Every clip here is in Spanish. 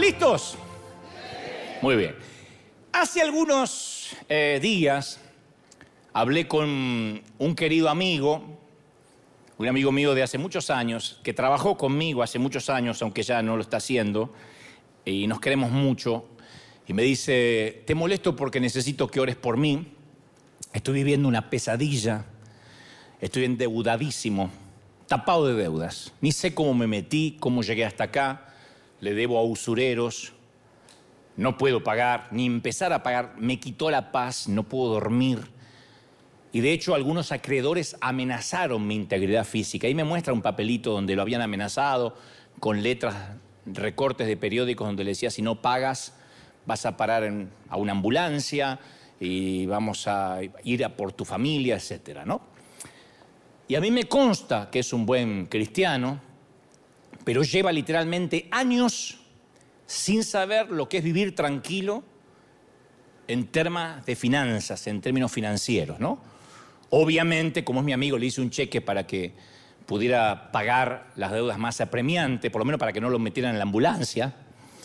listos? Muy bien. Hace algunos días hablé con un querido amigo, un amigo mío de hace muchos años, que trabajó conmigo hace muchos años, aunque ya no lo está haciendo, y nos queremos mucho. Y me dice, te molesto porque necesito que ores por mí. Estoy viviendo una pesadilla, estoy endeudadísimo, tapado de deudas. Ni sé cómo me metí, cómo llegué hasta acá. Le debo a usureros, no puedo pagar, ni empezar a pagar. Me quitó la paz, no puedo dormir. Y de hecho algunos acreedores amenazaron mi integridad física. Ahí me muestra un papelito donde lo habían amenazado, con letras, recortes de periódicos donde le decía, si no pagas vas a parar a una ambulancia y vamos a ir a por tu familia, etcétera, ¿no? Y a mí me consta que es un buen cristiano, pero lleva literalmente años sin saber lo que es vivir tranquilo en temas de finanzas, en términos financieros, ¿no? Obviamente, como es mi amigo, le hice un cheque para que pudiera pagar las deudas más apremiantes, por lo menos para que no lo metieran en la ambulancia.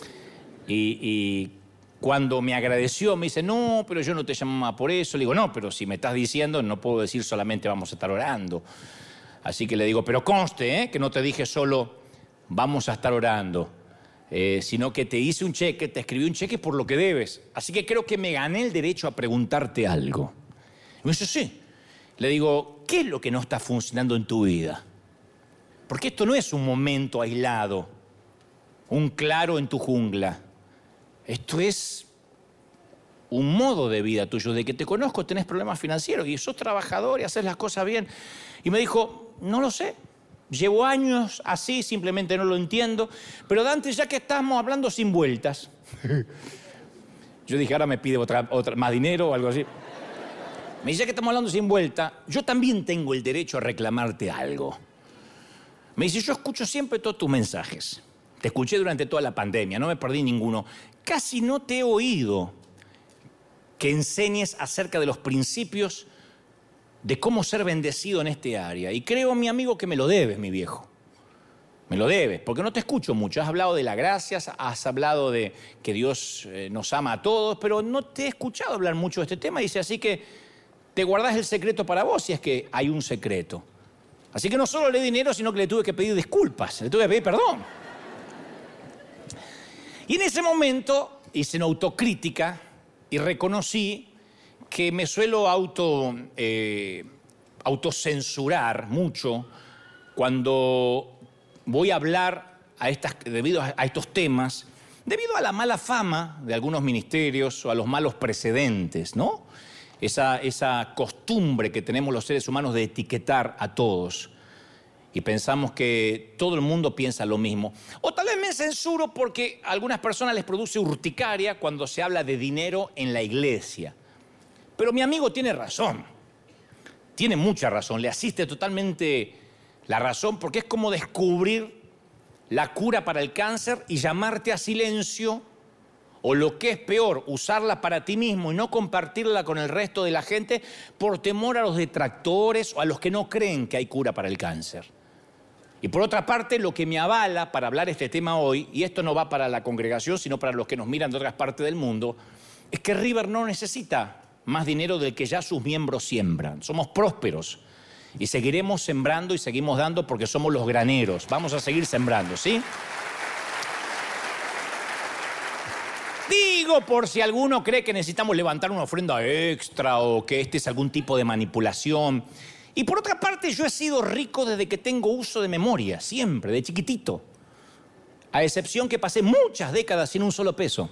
Y cuando me agradeció, me dice, no, pero yo no te llamaba por eso. Le digo, no, pero si me estás diciendo, no puedo decir solamente vamos a estar orando. Así que le digo, pero conste, que no te dije solo vamos a estar orando, sino que te hice un cheque, te escribí un cheque por lo que debes. Así que creo que me gané el derecho a preguntarte algo. Y me dice, sí. Le digo, ¿qué es lo que no está funcionando en tu vida? Porque esto no es un momento aislado, un claro en tu jungla. Esto es un modo de vida tuyo. De que te conozco, tenés problemas financieros y sos trabajador y haces las cosas bien. Y me dijo, no lo sé. Llevo años así, simplemente no lo entiendo. Pero Dante, ya que estamos hablando sin vueltas. Yo dije, ahora me pide otra más dinero o algo así. Me dice que estamos hablando sin vuelta. Yo también tengo el derecho a reclamarte algo. Me dice, yo escucho siempre todos tus mensajes. Te escuché durante toda la pandemia, no me perdí ninguno. Casi no te he oído que enseñes acerca de los principios de cómo ser bendecido en este área. Y creo, mi amigo, que me lo debes, mi viejo. Me lo debes, porque no te escucho mucho. Has hablado de la gracia, has hablado de que Dios nos ama a todos, pero no te he escuchado hablar mucho de este tema. Dice, así que te guardás el secreto para vos, si es que hay un secreto. Así que no solo le di dinero, sino que le tuve que pedir disculpas, le tuve que pedir perdón. Y en ese momento hice una autocrítica y reconocí que me suelo autocensurar mucho cuando voy a hablar debido a estos temas, debido a la mala fama de algunos ministerios o a los malos precedentes, ¿no? Esa costumbre que tenemos los seres humanos de etiquetar a todos. Y pensamos que todo el mundo piensa lo mismo. O tal vez me censuro porque a algunas personas les produce urticaria cuando se habla de dinero en la iglesia. Pero mi amigo tiene razón. Tiene mucha razón. Le asiste totalmente la razón porque es como descubrir la cura para el cáncer y llamarte a silencio, o lo que es peor, usarla para ti mismo y no compartirla con el resto de la gente por temor a los detractores o a los que no creen que hay cura para el cáncer. Y por otra parte, lo que me avala para hablar este tema hoy, y esto no va para la congregación, sino para los que nos miran de otras partes del mundo, es que River no necesita más dinero del que ya sus miembros siembran. Somos prósperos y seguiremos sembrando y seguimos dando porque somos los graneros. Vamos a seguir sembrando, ¿sí? Digo, por si alguno cree que necesitamos levantar una ofrenda extra o que este es algún tipo de manipulación. Y por otra parte, yo he sido rico desde que tengo uso de memoria, siempre, de chiquitito. A excepción que pasé muchas décadas sin un solo peso.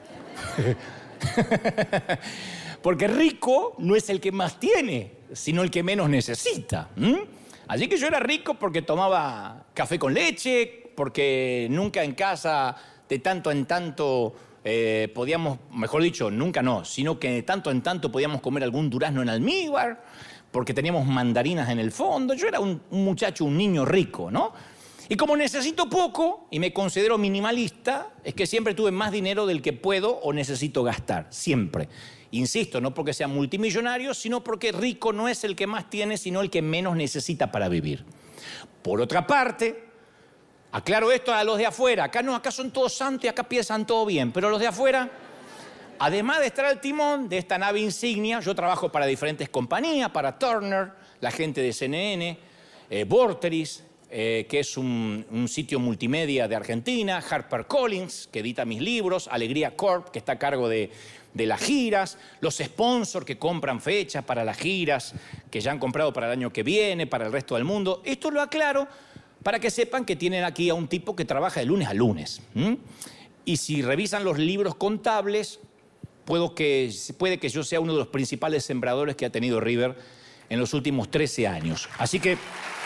Porque rico no es el que más tiene, sino el que menos necesita. Así que yo era rico porque tomaba café con leche, porque nunca en casa, de tanto en tanto, podíamos, mejor dicho, nunca no, sino que de tanto en tanto podíamos comer algún durazno en almíbar, porque teníamos mandarinas en el fondo. Yo era un muchacho, un niño rico, ¿no? Y como necesito poco y me considero minimalista, es que siempre tuve más dinero del que puedo o necesito gastar, siempre. Insisto, no porque sea multimillonario, sino porque rico no es el que más tiene, sino el que menos necesita para vivir. Por otra parte, Aclaro esto a los de afuera. Acá no, acá son todos santos y acá piensan todo bien. Pero los de afuera, además de estar al timón de esta nave insignia, yo trabajo para diferentes compañías, para Turner, la gente de CNN, Vorterix, que es un sitio multimedia de Argentina, HarperCollins, que edita mis libros, Alegría Corp, que está a cargo de las giras, los sponsors que compran fechas para las giras, que ya han comprado para el año que viene, para el resto del mundo. Esto lo aclaro para que sepan que tienen aquí a un tipo que trabaja de lunes a lunes. Y si revisan los libros contables, puede que yo sea uno de los principales sembradores que ha tenido River en los últimos 13 años. Así que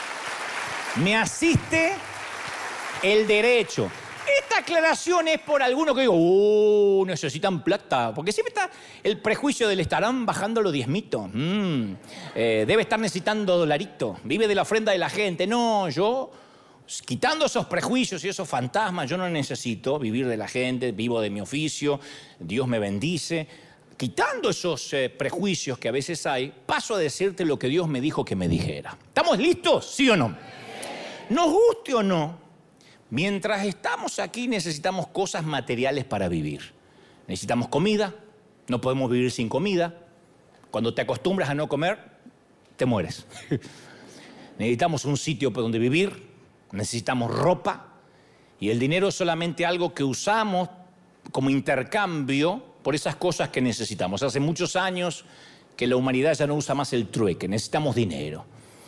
me asiste el derecho. Esta aclaración es por alguno que digo, necesitan plata. Porque siempre está el prejuicio del estarán bajando los diezmitos. Debe estar necesitando dolarito. Vive de la ofrenda de la gente. No, yo, quitando esos prejuicios y esos fantasmas, yo no necesito vivir de la gente, vivo de mi oficio, Dios me bendice. Quitando esos prejuicios que a veces hay, paso a decirte lo que Dios me dijo que me dijera. ¿Estamos listos? ¿Sí o no? Nos guste o no, mientras estamos aquí necesitamos cosas materiales para vivir. Necesitamos comida, no podemos vivir sin comida. Cuando te acostumbras a no comer, te mueres. Necesitamos un sitio donde vivir, necesitamos ropa, y el dinero es solamente algo que usamos como intercambio por esas cosas que necesitamos. Hace muchos años que la humanidad ya no usa más el trueque, necesitamos dinero.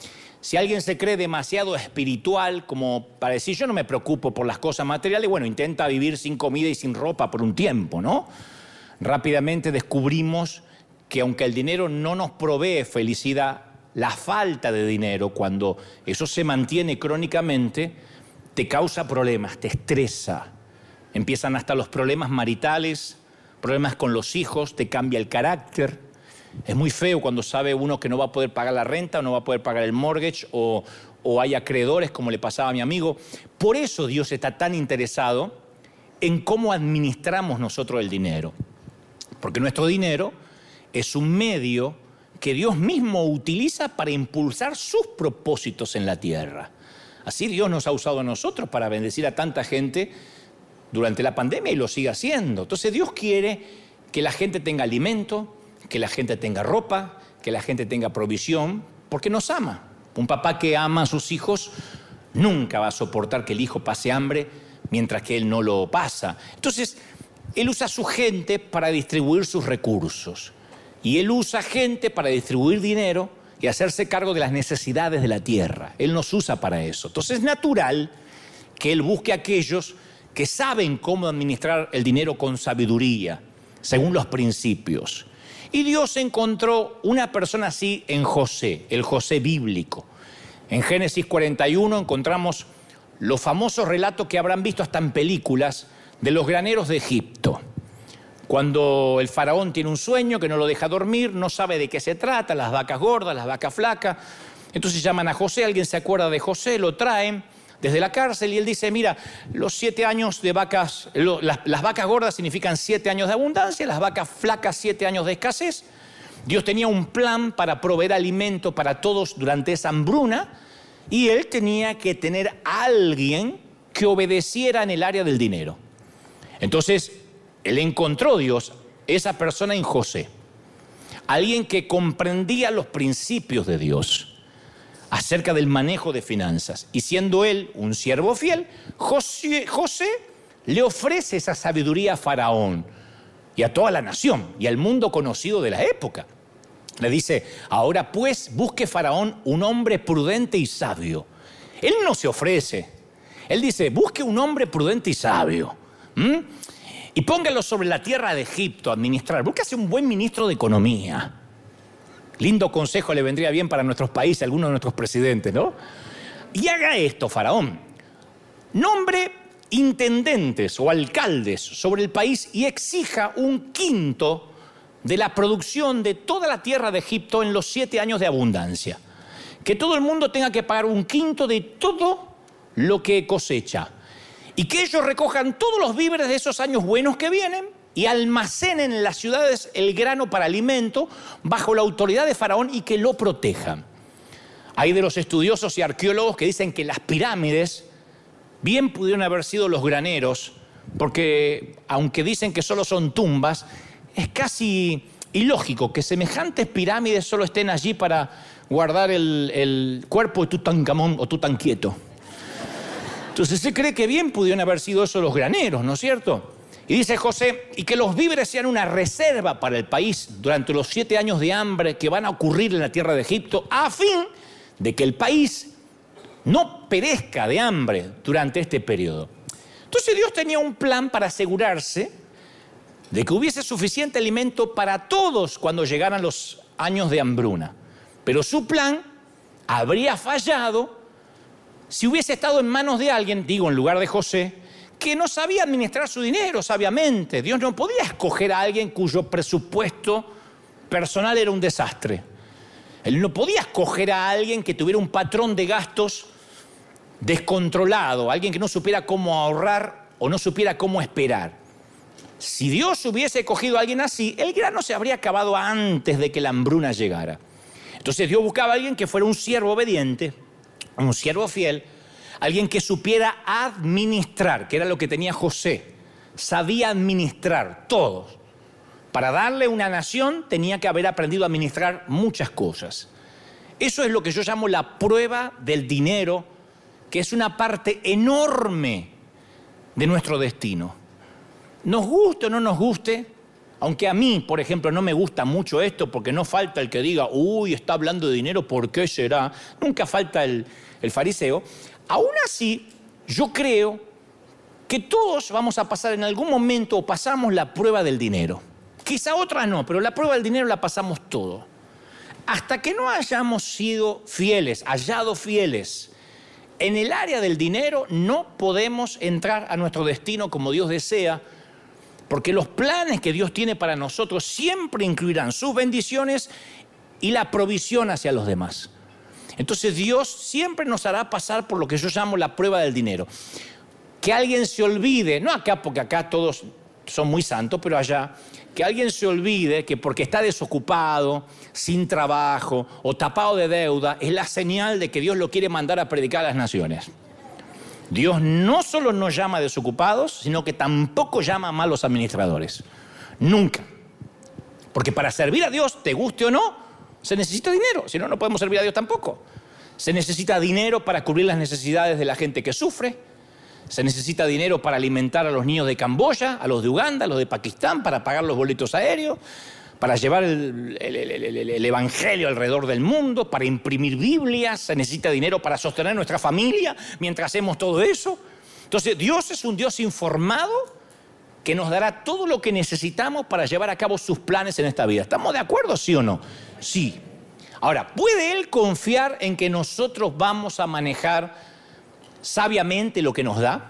Si alguien se cree demasiado espiritual como para decir yo no me preocupo por las cosas materiales, bueno, intenta vivir sin comida y sin ropa por un tiempo, ¿no? Rápidamente descubrimos que aunque el dinero no nos provee felicidad, la falta de dinero, cuando eso se mantiene crónicamente, te causa problemas, te estresa. Empiezan hasta los problemas maritales, problemas con los hijos, te cambia el carácter. Es muy feo cuando sabe uno que no va a poder pagar la renta o no va a poder pagar el mortgage o hay acreedores, como le pasaba a mi amigo. Por eso Dios está tan interesado en cómo administramos nosotros el dinero. Porque nuestro dinero es un medio que Dios mismo utiliza para impulsar sus propósitos en la tierra. Así Dios nos ha usado a nosotros para bendecir a tanta gente durante la pandemia y lo sigue haciendo. Entonces Dios quiere que la gente tenga alimento, que la gente tenga ropa, que la gente tenga provisión, porque nos ama. Un papá que ama a sus hijos nunca va a soportar que el hijo pase hambre mientras que él no lo pasa. Entonces, él usa a su gente para distribuir sus recursos. Y él usa gente para distribuir dinero y hacerse cargo de las necesidades de la tierra. Él nos usa para eso. Entonces, es natural que él busque a aquellos que saben cómo administrar el dinero con sabiduría, según los principios. Y Dios encontró una persona así en José, el José bíblico. En Génesis 41 encontramos los famosos relatos que habrán visto hasta en películas de los graneros de Egipto. Cuando el faraón tiene un sueño que no lo deja dormir, no sabe de qué se trata, las vacas gordas, las vacas flacas. Entonces llaman a José, alguien se acuerda de José, lo traen desde la cárcel y él dice, mira, los 7 años de vacas, las vacas gordas significan 7 años de abundancia, las vacas flacas 7 años de escasez. Dios tenía un plan para proveer alimento para todos durante esa hambruna y él tenía que tener a alguien que obedeciera en el área del dinero. Entonces, él encontró Dios, esa persona en José, alguien que comprendía los principios de Dios acerca del manejo de finanzas. Y siendo él un siervo fiel, José le ofrece esa sabiduría a Faraón y a toda la nación y al mundo conocido de la época. Le dice, ahora pues busque Faraón un hombre prudente y sabio. Él no se ofrece. Él dice, busque un hombre prudente y sabio. Y póngalo sobre la tierra de Egipto a administrar. Búsquese un buen ministro de economía. Lindo consejo le vendría bien para nuestros países, algunos de nuestros presidentes, ¿no? Y haga esto, Faraón. Nombre intendentes o alcaldes sobre el país y exija 1/5 de la producción de toda la tierra de Egipto en los 7 años de abundancia. Que todo el mundo tenga que pagar 1/5 de todo lo que cosecha. Y que ellos recojan todos los víveres de esos años buenos que vienen y almacenen en las ciudades el grano para alimento bajo la autoridad de Faraón y que lo protejan. Hay de los estudiosos y arqueólogos que dicen que las pirámides bien pudieron haber sido los graneros, porque aunque dicen que solo son tumbas, es casi ilógico que semejantes pirámides solo estén allí para guardar el cuerpo de Tutankamón o Tutanquieto. Entonces se cree que bien pudieron haber sido esos los graneros, ¿no es cierto? Y dice José, y que los víveres sean una reserva para el país durante los 7 años de hambre que van a ocurrir en la tierra de Egipto, a fin de que el país no perezca de hambre durante este periodo. Entonces Dios tenía un plan para asegurarse de que hubiese suficiente alimento para todos cuando llegaran los años de hambruna. Pero su plan habría fallado si hubiese estado en manos de alguien, digo en lugar de José, que no sabía administrar su dinero sabiamente. Dios no podía escoger a alguien cuyo presupuesto personal era un desastre. Él no podía escoger a alguien que tuviera un patrón de gastos descontrolado, alguien que no supiera cómo ahorrar o no supiera cómo esperar. Si Dios hubiese cogido a alguien así, el grano se habría acabado antes de que la hambruna llegara. Entonces Dios buscaba a alguien que fuera un siervo obediente, un siervo fiel, alguien que supiera administrar, que era lo que tenía José. Sabía administrar todo. Para darle una nación tenía que haber aprendido a administrar muchas cosas. Eso es lo que yo llamo la prueba del dinero, que es una parte enorme de nuestro destino. Nos guste o no nos guste, aunque a mí, por ejemplo, no me gusta mucho esto, porque no falta el que diga, uy, está hablando de dinero, ¿por qué será? Nunca falta el fariseo. Aún así, yo creo que todos vamos a pasar en algún momento o pasamos la prueba del dinero. Quizá otras no, pero la prueba del dinero la pasamos todo. Hasta que no hayamos sido fieles, hallado fieles en el área del dinero, no podemos entrar a nuestro destino como Dios desea, porque los planes que Dios tiene para nosotros siempre incluirán sus bendiciones y la provisión hacia los demás. Entonces Dios siempre nos hará pasar por lo que yo llamo la prueba del dinero. Que alguien se olvide, no acá porque acá todos son muy santos, pero allá, que alguien se olvide que porque está desocupado, sin trabajo o tapado de deuda, es la señal de que Dios lo quiere mandar a predicar a las naciones. Dios no solo nos llama desocupados, sino que tampoco llama a malos administradores. Nunca. Porque para servir a Dios, te guste o no, se necesita dinero. Si no, no podemos servir a Dios tampoco. Se necesita dinero para cubrir las necesidades de la gente que sufre. Se necesita dinero para alimentar a los niños de Camboya, a los de Uganda, a los de Pakistán, para pagar los boletos aéreos, para llevar el evangelio alrededor del mundo, para imprimir Biblias. Se necesita dinero para sostener nuestra familia mientras hacemos todo eso. Entonces, Dios es un Dios informado que nos dará todo lo que necesitamos para llevar a cabo sus planes en esta vida. ¿Estamos de acuerdo, sí o no? Sí. Ahora, ¿puede Él confiar en que nosotros vamos a manejar sabiamente lo que nos da?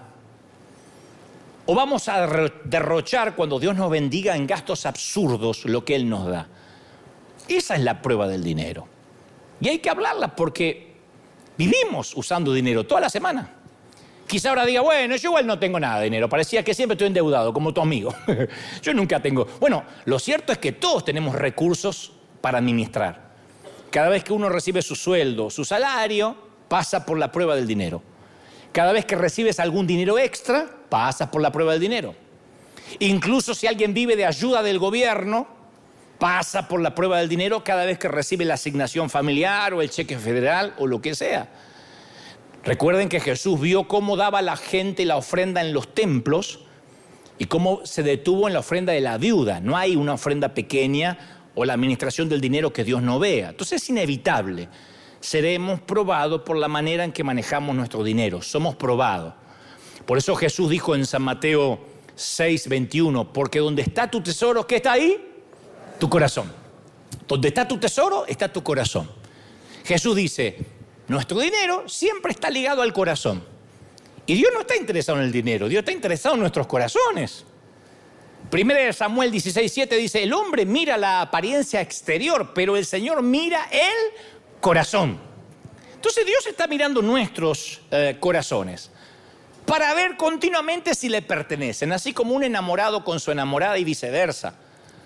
¿O vamos a derrochar cuando Dios nos bendiga en gastos absurdos lo que Él nos da? Esa es la prueba del dinero. Y hay que hablarla porque vivimos usando dinero toda la semana. Quizá ahora diga, bueno, yo igual no tengo nada de dinero. Parecía que siempre estoy endeudado, como tu amigo. Yo nunca tengo. Bueno, lo cierto es que todos tenemos recursos para administrar. Cada vez que uno recibe su sueldo, su salario, pasa por la prueba del dinero. Cada vez que recibes algún dinero extra, pasas por la prueba del dinero. Incluso si alguien vive de ayuda del gobierno, pasa por la prueba del dinero cada vez que recibe la asignación familiar o el cheque federal o lo que sea. Recuerden que Jesús vio cómo daba la gente la ofrenda en los templos y cómo se detuvo en la ofrenda de la viuda. No hay una ofrenda pequeña o la administración del dinero que Dios no vea. Entonces es inevitable. Seremos probados por la manera en que manejamos nuestro dinero. Somos probados. Por eso Jesús dijo en San Mateo 6:21, porque donde está tu tesoro, ¿qué está ahí? Tu corazón. Donde está tu tesoro, está tu corazón. Jesús dice, nuestro dinero siempre está ligado al corazón. Y Dios no está interesado en el dinero, Dios está interesado en nuestros corazones. 1 Samuel 16:7 dice, el hombre mira la apariencia exterior, pero el Señor mira el corazón. Entonces Dios está mirando nuestros corazones para ver continuamente si le pertenecen, así como un enamorado con su enamorada y viceversa.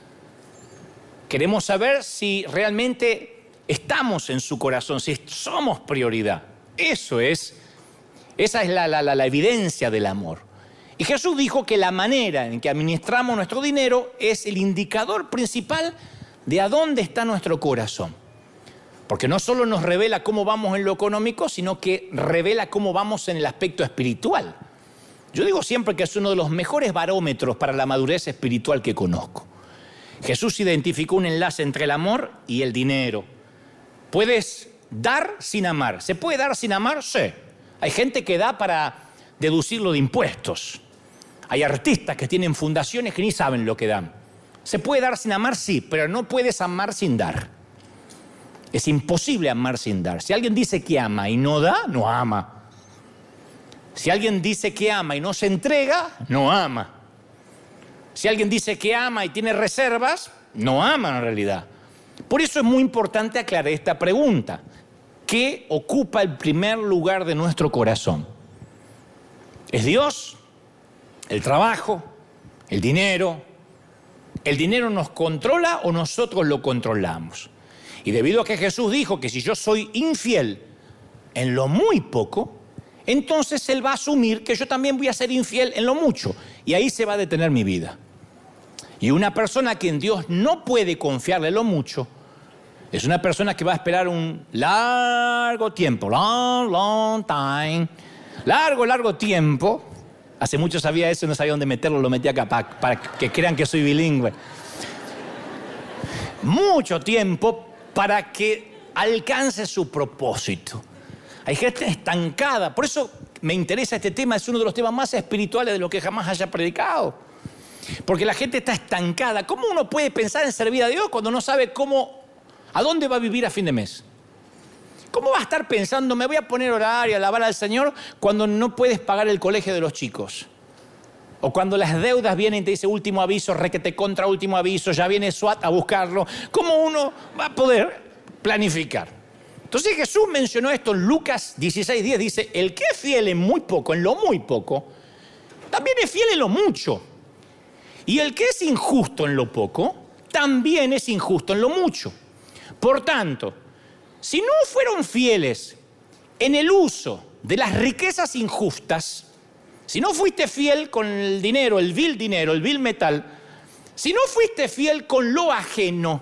Queremos saber si realmente estamos en su corazón, si somos prioridad. Eso es Esa es la evidencia del amor. Y Jesús dijo que la manera en que administramos nuestro dinero es el indicador principal de a dónde está nuestro corazón. Porque no solo nos revela cómo vamos en lo económico, sino que revela cómo vamos en el aspecto espiritual. Yo digo siempre que es uno de los mejores barómetros para la madurez espiritual que conozco. Jesús identificó un enlace entre el amor y el dinero. Puedes dar sin amar. ¿Se puede dar sin amar? Sí. Hay gente que da para deducirlo de impuestos. Hay artistas que tienen fundaciones que ni saben lo que dan. ¿Se puede dar sin amar? Sí, pero no puedes amar sin dar. Es imposible amar sin dar. Si alguien dice que ama y no da, no ama. Si alguien dice que ama y no se entrega, no ama. Si alguien dice que ama y tiene reservas, no ama en realidad. Por eso es muy importante aclarar esta pregunta. ¿Qué ocupa el primer lugar de nuestro corazón? ¿Es Dios? ¿El trabajo? ¿El dinero? ¿El dinero nos controla o nosotros lo controlamos? Y debido a que Jesús dijo que si yo soy infiel en lo muy poco, entonces Él va a asumir que yo también voy a ser infiel en lo mucho. Y ahí se va a detener mi vida. Y una persona a quien Dios no puede confiarle lo mucho, es una persona que va a esperar un largo tiempo, long time, largo tiempo. Hace mucho sabía eso y no sabía dónde meterlo, lo metí acá para que crean que soy bilingüe. Mucho tiempo para que alcance su propósito. Hay gente estancada, por eso me interesa este tema, es uno de los temas más espirituales de lo que jamás haya predicado. Porque la gente está estancada. ¿Cómo uno puede pensar en servir a Dios cuando no sabe a dónde va a vivir a fin de mes? ¿Cómo va a estar pensando, me voy a poner a orar y a alabar al Señor cuando no puedes pagar el colegio de los chicos? O cuando las deudas vienen y te dice último aviso, requete contra último aviso, ya viene SWAT a buscarlo. ¿Cómo uno va a poder planificar? Entonces Jesús mencionó esto en Lucas 16:10, dice, el que es fiel en muy poco, en lo muy poco, también es fiel en lo mucho. Y el que es injusto en lo poco, también es injusto en lo mucho. Por tanto, si no fueron fieles en el uso de las riquezas injustas, si no fuiste fiel con el dinero, el vil metal, si no fuiste fiel con lo ajeno,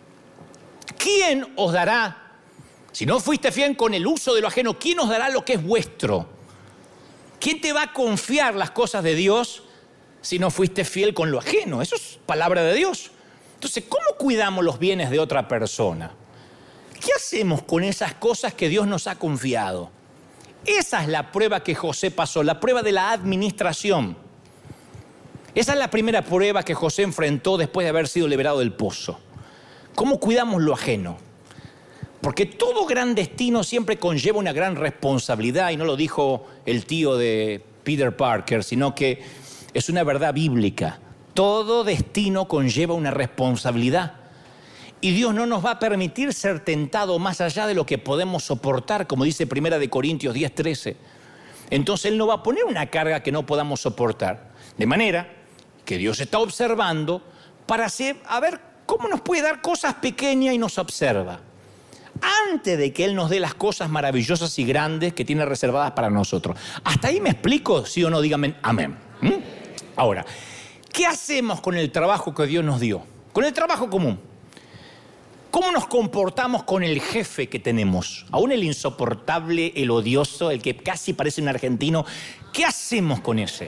¿quién os dará? Si no fuiste fiel con el uso de lo ajeno, ¿quién os dará lo que es vuestro? ¿Quién te va a confiar las cosas de Dios si no fuiste fiel con lo ajeno? Eso es palabra de Dios. Entonces, ¿cómo cuidamos los bienes de otra persona? ¿Qué hacemos con esas cosas que Dios nos ha confiado? Esa es la prueba que José pasó, la prueba de la administración. Esa es la primera prueba que José enfrentó después de haber sido liberado del pozo. ¿Cómo cuidamos lo ajeno? Porque todo gran destino siempre conlleva una gran responsabilidad, y no lo dijo el tío de Peter Parker, sino que es una verdad bíblica. Todo destino conlleva una responsabilidad. Y Dios no nos va a permitir ser tentados más allá de lo que podemos soportar, como dice 1 Corintios 10:13. Entonces Él no va a poner una carga que no podamos soportar. De manera que Dios está observando para a ver cómo nos puede dar cosas pequeñas y nos observa. Antes de que Él nos dé las cosas maravillosas y grandes que tiene reservadas para nosotros. ¿Hasta ahí me explico? ¿Sí o no? Díganme amén. Ahora, ¿qué hacemos con el trabajo que Dios nos dio? Con el trabajo común. ¿Cómo nos comportamos con el jefe que tenemos? Aún el insoportable, el odioso, el que casi parece un argentino. ¿Qué hacemos con ese?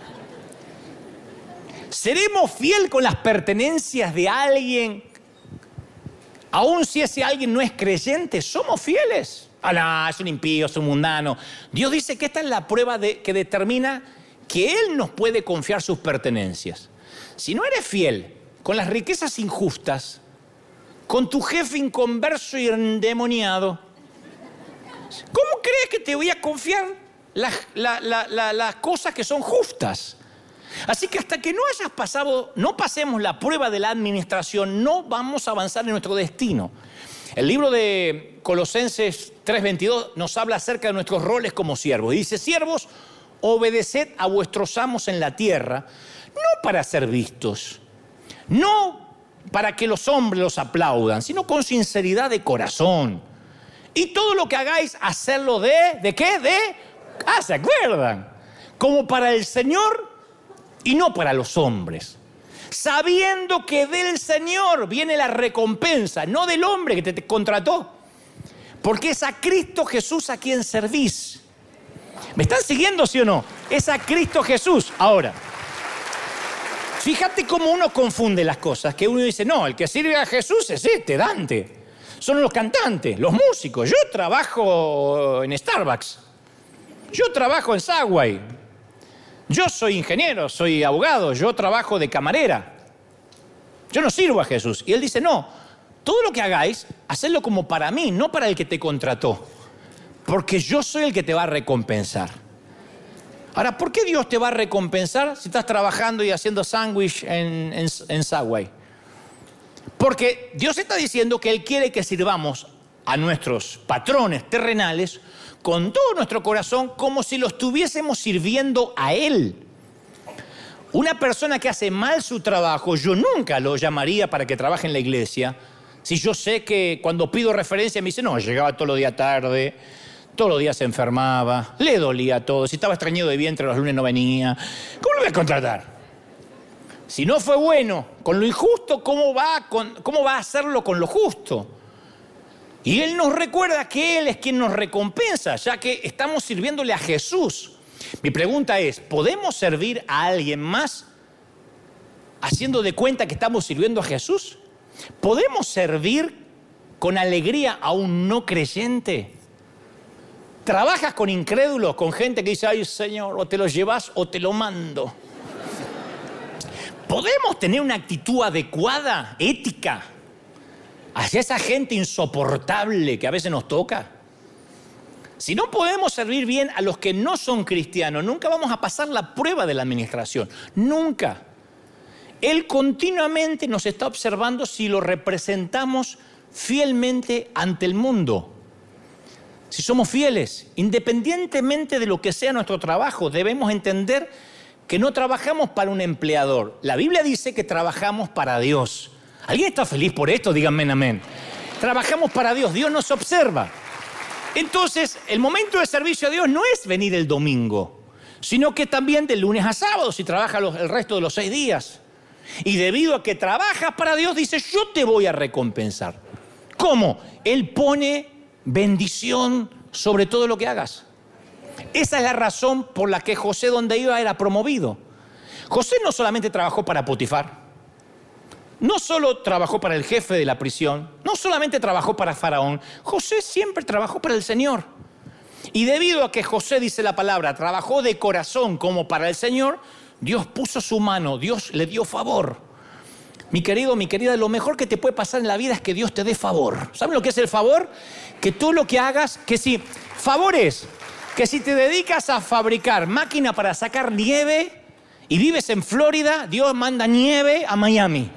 ¿Seremos fieles con las pertenencias de alguien? Aún si ese alguien no es creyente, ¿somos fieles? No, es un impío, es un mundano. Dios dice que esta es la prueba que determina que Él nos puede confiar sus pertenencias. Si no eres fiel con las riquezas injustas, con tu jefe inconverso y endemoniado, ¿cómo crees que te voy a confiar las cosas que son justas? Así que hasta que no pasemos la prueba de la administración, no vamos a avanzar en nuestro destino. El libro de Colosenses 3:22 nos habla acerca de nuestros roles como siervos. Y dice, siervos, obedeced a vuestros amos en la tierra, no para ser vistos, no para que los hombres los aplaudan, sino con sinceridad de corazón. Y todo lo que hagáis, hacerlo ¿de qué? ¿Se acuerdan? Como para el Señor y no para los hombres. Sabiendo que del Señor viene la recompensa, no del hombre que te contrató. Porque es a Cristo Jesús a quien servís. ¿Me están siguiendo, sí o no? Es a Cristo Jesús. Ahora, fíjate cómo uno confunde las cosas. Que uno dice, no, el que sirve a Jesús es Dante. Son los cantantes, los músicos. Yo trabajo en Starbucks. Yo trabajo en Subway. Yo soy ingeniero, soy abogado. Yo trabajo de camarera. Yo no sirvo a Jesús. Y él dice, no, todo lo que hagáis, hacedlo como para mí, no para el que te contrató. Porque yo soy el que te va a recompensar. Ahora, ¿por qué Dios te va a recompensar si estás trabajando y haciendo sándwich en Subway? Porque Dios está diciendo que Él quiere que sirvamos a nuestros patrones terrenales con todo nuestro corazón como si lo estuviésemos sirviendo a Él. Una persona que hace mal su trabajo, yo nunca lo llamaría para que trabaje en la iglesia. Si yo sé que cuando pido referencia me dice, no, llegaba todos los días tarde, todos los días se enfermaba, le dolía todo, si estaba estreñido de vientre los lunes no venía. ¿Cómo lo voy a contratar? Si no fue bueno con lo injusto, ¿cómo va a hacerlo con lo justo? Y Él nos recuerda que Él es quien nos recompensa, ya que estamos sirviéndole a Jesús. Mi pregunta es, ¿podemos servir a alguien más haciendo de cuenta que estamos sirviendo a Jesús? ¿Podemos servir con alegría a un no creyente? ¿Trabajas con incrédulos, con gente que dice, ay Señor, o te lo llevas o te lo mando? ¿Podemos tener una actitud adecuada, ética, hacia esa gente insoportable que a veces nos toca? Si no podemos servir bien a los que no son cristianos, nunca vamos a pasar la prueba de la administración. Nunca. Él continuamente nos está observando si lo representamos fielmente ante el mundo. Si somos fieles, independientemente de lo que sea nuestro trabajo, debemos entender que no trabajamos para un empleador. La Biblia dice que trabajamos para Dios. ¿Alguien está feliz por esto? Díganme amén. Trabajamos para Dios, Dios nos observa. Entonces, el momento de servicio a Dios no es venir el domingo, sino que también de lunes a sábado, si trabajas el resto de los 6 días. Y debido a que trabajas para Dios, dice, yo te voy a recompensar. ¿Cómo? Él pone bendición sobre todo lo que hagas. Esa es la razón por la que José, donde iba, era promovido. José no solamente trabajó para Potifar, no solo trabajó para el jefe de la prisión, no solamente trabajó para Faraón, José siempre trabajó para el Señor. Y debido a que José, dice la palabra, trabajó de corazón como para el Señor, Dios puso su mano, Dios le dio favor. Mi querido, mi querida, lo mejor que te puede pasar en la vida es que Dios te dé favor. ¿Saben lo que es el favor? Que tú lo que hagas, que si favores, que si te dedicas a fabricar máquina para sacar nieve y vives en Florida, Dios manda nieve a Miami.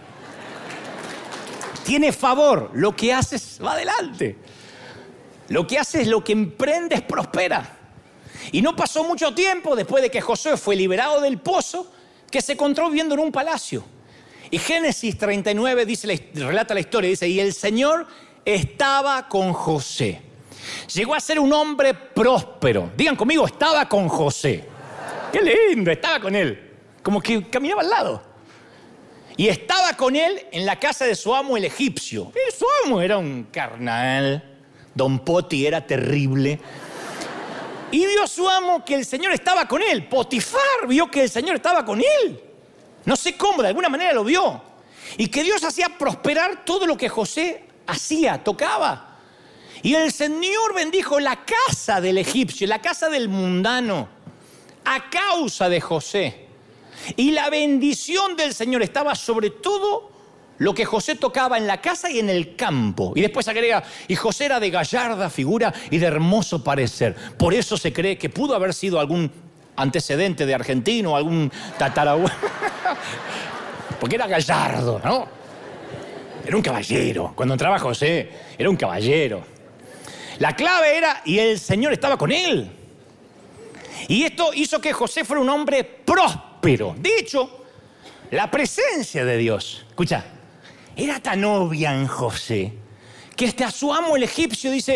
Tiene favor, lo que haces va adelante. Lo que haces, lo que emprendes prospera. Y no pasó mucho tiempo después de que Josué fue liberado del pozo, que se encontró viviendo en un palacio. Y Génesis 39 relata la historia, dice, y el Señor estaba con José. Llegó a ser un hombre próspero. Digan conmigo, estaba con José. Qué lindo, estaba con él. Como que caminaba al lado. Y estaba con él en la casa de su amo el egipcio. Y su amo era un carnal. Don Poti era terrible. Y vio su amo que el Señor estaba con él. Potifar vio que el Señor estaba con él. No sé cómo, de alguna manera lo vio. Y que Dios hacía prosperar todo lo que José hacía, tocaba. Y el Señor bendijo la casa del egipcio, la casa del mundano, a causa de José. Y la bendición del Señor estaba sobre todo lo que José tocaba en la casa y en el campo. Y después agrega, y José era de gallarda figura y de hermoso parecer. Por eso se cree que pudo haber sido algún antecedente de argentino, algún tatarabuelo. Porque era gallardo, ¿no? Era un caballero. Cuando entraba José, era un caballero. La clave era, y el Señor estaba con él. Y esto hizo que José fuera un hombre próspero. De hecho, la presencia de Dios, escucha, era tan obvia en José, que hasta su amo el egipcio dice,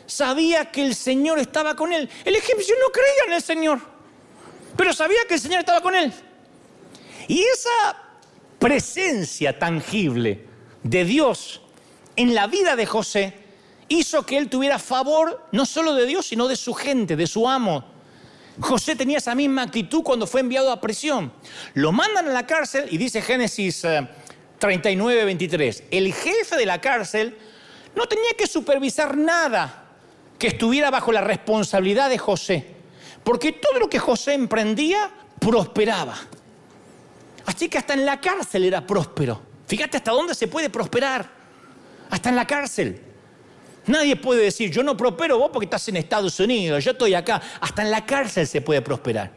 sabía que el Señor estaba con él. El egipcio no creía en el Señor, pero sabía que el Señor estaba con él. Y esa presencia tangible de Dios en la vida de José hizo que él tuviera favor no solo de Dios, sino de su gente, de su amo. José tenía esa misma actitud cuando fue enviado a prisión. Lo mandan a la cárcel y dice Génesis 39, 23. El jefe de la cárcel no tenía que supervisar nada que estuviera bajo la responsabilidad de José, porque todo lo que José emprendía prosperaba. Así que hasta en la cárcel era próspero. Fíjate hasta dónde se puede prosperar. Hasta en la cárcel. Nadie puede decir, yo no prospero, vos porque estás en Estados Unidos, yo estoy acá. Hasta en la cárcel se puede prosperar.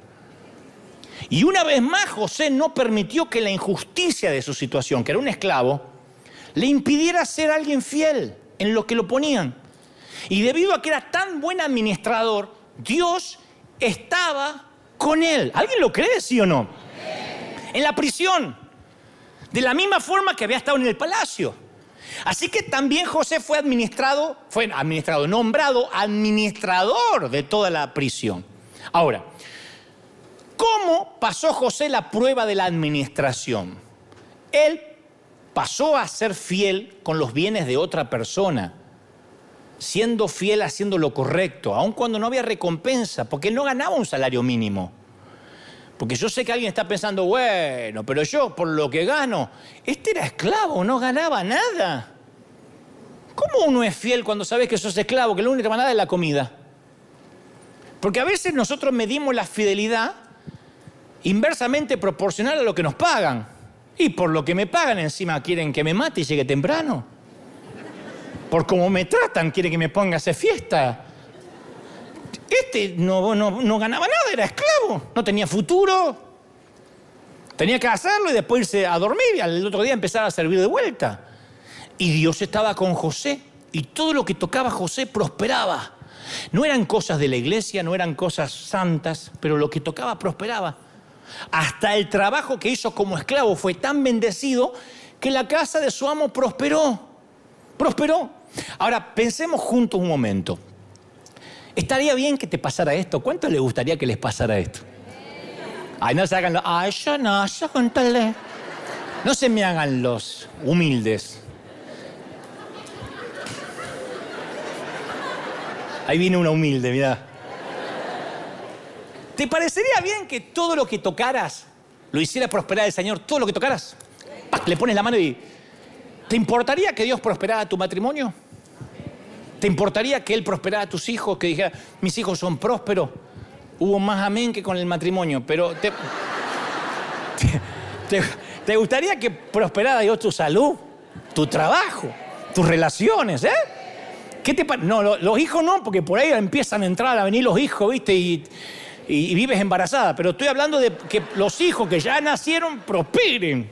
Y una vez más José no permitió que la injusticia de su situación, que era un esclavo, le impidiera ser alguien fiel en lo que lo ponían. Y debido a que era tan buen administrador, Dios estaba con él. ¿Alguien lo cree, sí o no? En la prisión, de la misma forma que había estado en el palacio. Así que también José fue nombrado administrador de toda la prisión. Ahora, ¿cómo pasó José la prueba de la administración? Él pasó a ser fiel con los bienes de otra persona, siendo fiel haciendo lo correcto, aun cuando no había recompensa, porque él no ganaba un salario mínimo. Porque yo sé que alguien está pensando, bueno, pero yo por lo que gano, este era esclavo, no ganaba nada. ¿Cómo uno es fiel cuando sabes que sos esclavo, que lo único que te va a dar es la comida? Porque a veces nosotros medimos la fidelidad inversamente proporcional a lo que nos pagan. Y por lo que me pagan encima quieren que me mate y llegue temprano. Por cómo me tratan quieren que me ponga a hacer fiesta. Este no ganaba nada, era esclavo, no tenía futuro. Tenía que hacerlo y después irse a dormir y al otro día empezar a servir de vuelta. Y Dios estaba con José y todo lo que tocaba José prosperaba. No eran cosas de la iglesia, no eran cosas santas, pero lo que tocaba prosperaba. Hasta el trabajo que hizo como esclavo fue tan bendecido que la casa de su amo prosperó. Prosperó. Ahora, pensemos juntos un momento. ¿Estaría bien que te pasara esto? ¿Cuánto les gustaría que les pasara esto? Ay, no se hagan los... Ay, yo contale. No se me hagan los humildes. Ahí viene una humilde, mirá. ¿Te parecería bien que todo lo que tocaras lo hiciera prosperar el Señor? Todo lo que tocaras. ¡Pac! Le pones la mano y... ¿Te importaría que Dios prosperara tu matrimonio? ¿Te importaría que Él prosperara a tus hijos? Que dijera, mis hijos son prósperos. Hubo más amén que con el matrimonio. Pero ¿te gustaría que prosperara Dios tu salud, tu trabajo, tus relaciones, ¿Qué te parece? No, los hijos no, porque por ahí empiezan a entrar a venir los hijos, ¿viste? Y vives embarazada. Pero estoy hablando de que los hijos que ya nacieron prosperen.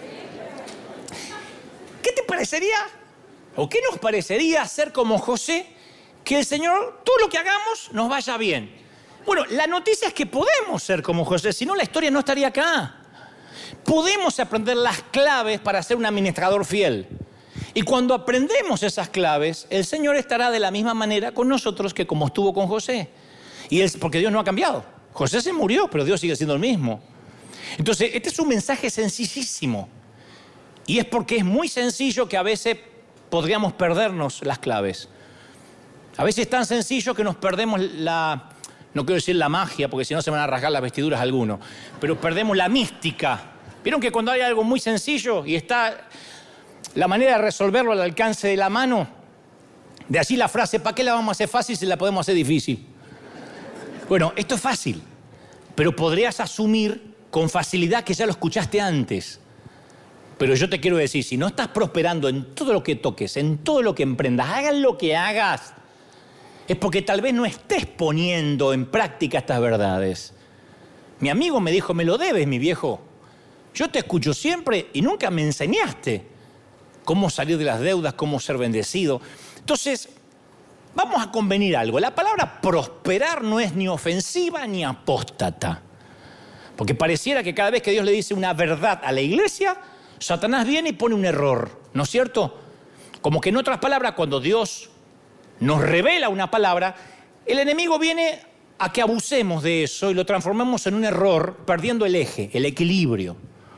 ¿Qué te parecería? ¿O qué nos parecería ser como José? Que el Señor, todo lo que hagamos, nos vaya bien. Bueno, la noticia es que podemos ser como José, si no la historia no estaría acá. Podemos aprender las claves para ser un administrador fiel. Y cuando aprendemos esas claves, el Señor estará de la misma manera con nosotros que como estuvo con José. Porque Dios no ha cambiado. José se murió, pero Dios sigue siendo el mismo. Entonces, este es un mensaje sencillísimo. Y es porque es muy sencillo que a veces podríamos perdernos las claves. A veces es tan sencillo que nos perdemos no quiero decir la magia, porque si no se van a rasgar las vestiduras algunos, pero perdemos la mística. ¿Vieron que cuando hay algo muy sencillo y está la manera de resolverlo al alcance de la mano? De allí la frase, ¿para qué la vamos a hacer fácil si la podemos hacer difícil? Bueno, esto es fácil, pero podrías asumir con facilidad que ya lo escuchaste antes. Pero yo te quiero decir, si no estás prosperando en todo lo que toques, en todo lo que emprendas, hagas lo que hagas, es porque tal vez no estés poniendo en práctica estas verdades. Mi amigo me dijo, me lo debes, mi viejo. Yo te escucho siempre y nunca me enseñaste cómo salir de las deudas, cómo ser bendecido. Entonces, vamos a convenir algo. La palabra prosperar no es ni ofensiva ni apóstata. Porque pareciera que cada vez que Dios le dice una verdad a la iglesia, Satanás viene y pone un error, ¿no es cierto? Como que en otras palabras, cuando Dios nos revela una palabra, el enemigo viene a que abusemos de eso y lo transformemos en un error, perdiendo el eje, el equilibrio.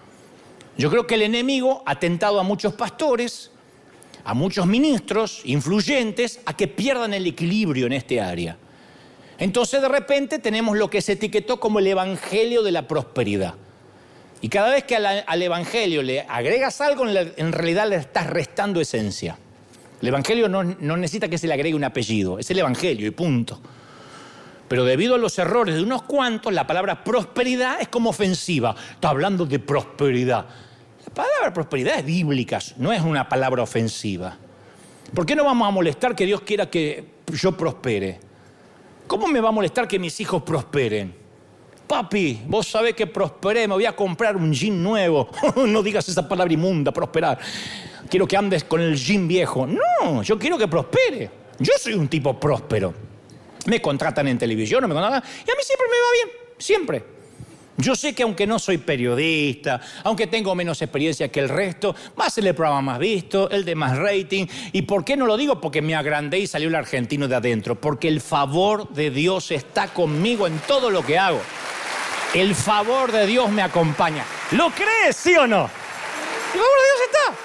Yo creo que el enemigo ha tentado a muchos pastores, a muchos ministros influyentes, a que pierdan el equilibrio en este área. Entonces de repente tenemos lo que se etiquetó como el evangelio de la prosperidad. Y cada vez que al evangelio le agregas algo, en realidad le estás restando esencia. El evangelio no necesita que se le agregue un apellido, es el evangelio y punto. Pero debido a los errores de unos cuantos, la palabra prosperidad es como ofensiva. Está hablando de prosperidad. La palabra prosperidad es bíblica, no es una palabra ofensiva. ¿Por qué no vamos a molestar que Dios quiera que yo prospere? ¿Cómo me va a molestar que mis hijos prosperen? Papi, vos sabés que prosperé, me voy a comprar un jean nuevo. No digas esa palabra inmunda, prosperar. Quiero que andes con el jean viejo. No, yo quiero que prospere. Yo soy un tipo próspero. Me contratan en televisión, no me contratan, y a mí siempre me va bien, siempre. Yo sé que aunque no soy periodista, aunque tengo menos experiencia que el resto, va a ser el programa más visto, el de más rating. ¿Y por qué no lo digo? Porque me agrandé y salió el argentino de adentro. Porque el favor de Dios está conmigo en todo lo que hago. El favor de Dios me acompaña. ¿Lo crees, sí o no? El favor de Dios está.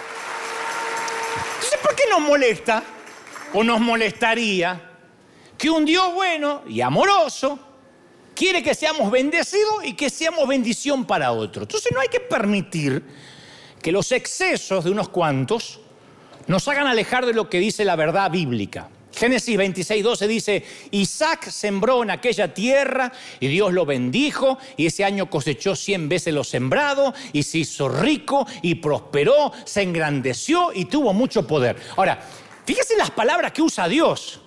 Entonces, ¿por qué nos molesta o nos molestaría que un Dios bueno y amoroso quiere que seamos bendecidos y que seamos bendición para otros? Entonces no hay que permitir que los excesos de unos cuantos nos hagan alejar de lo que dice la verdad bíblica. Génesis 26:12 dice, Isaac sembró en aquella tierra y Dios lo bendijo y ese año cosechó 100 veces lo sembrado y se hizo rico y prosperó, se engrandeció y tuvo mucho poder. Ahora, fíjese las palabras que usa Dios.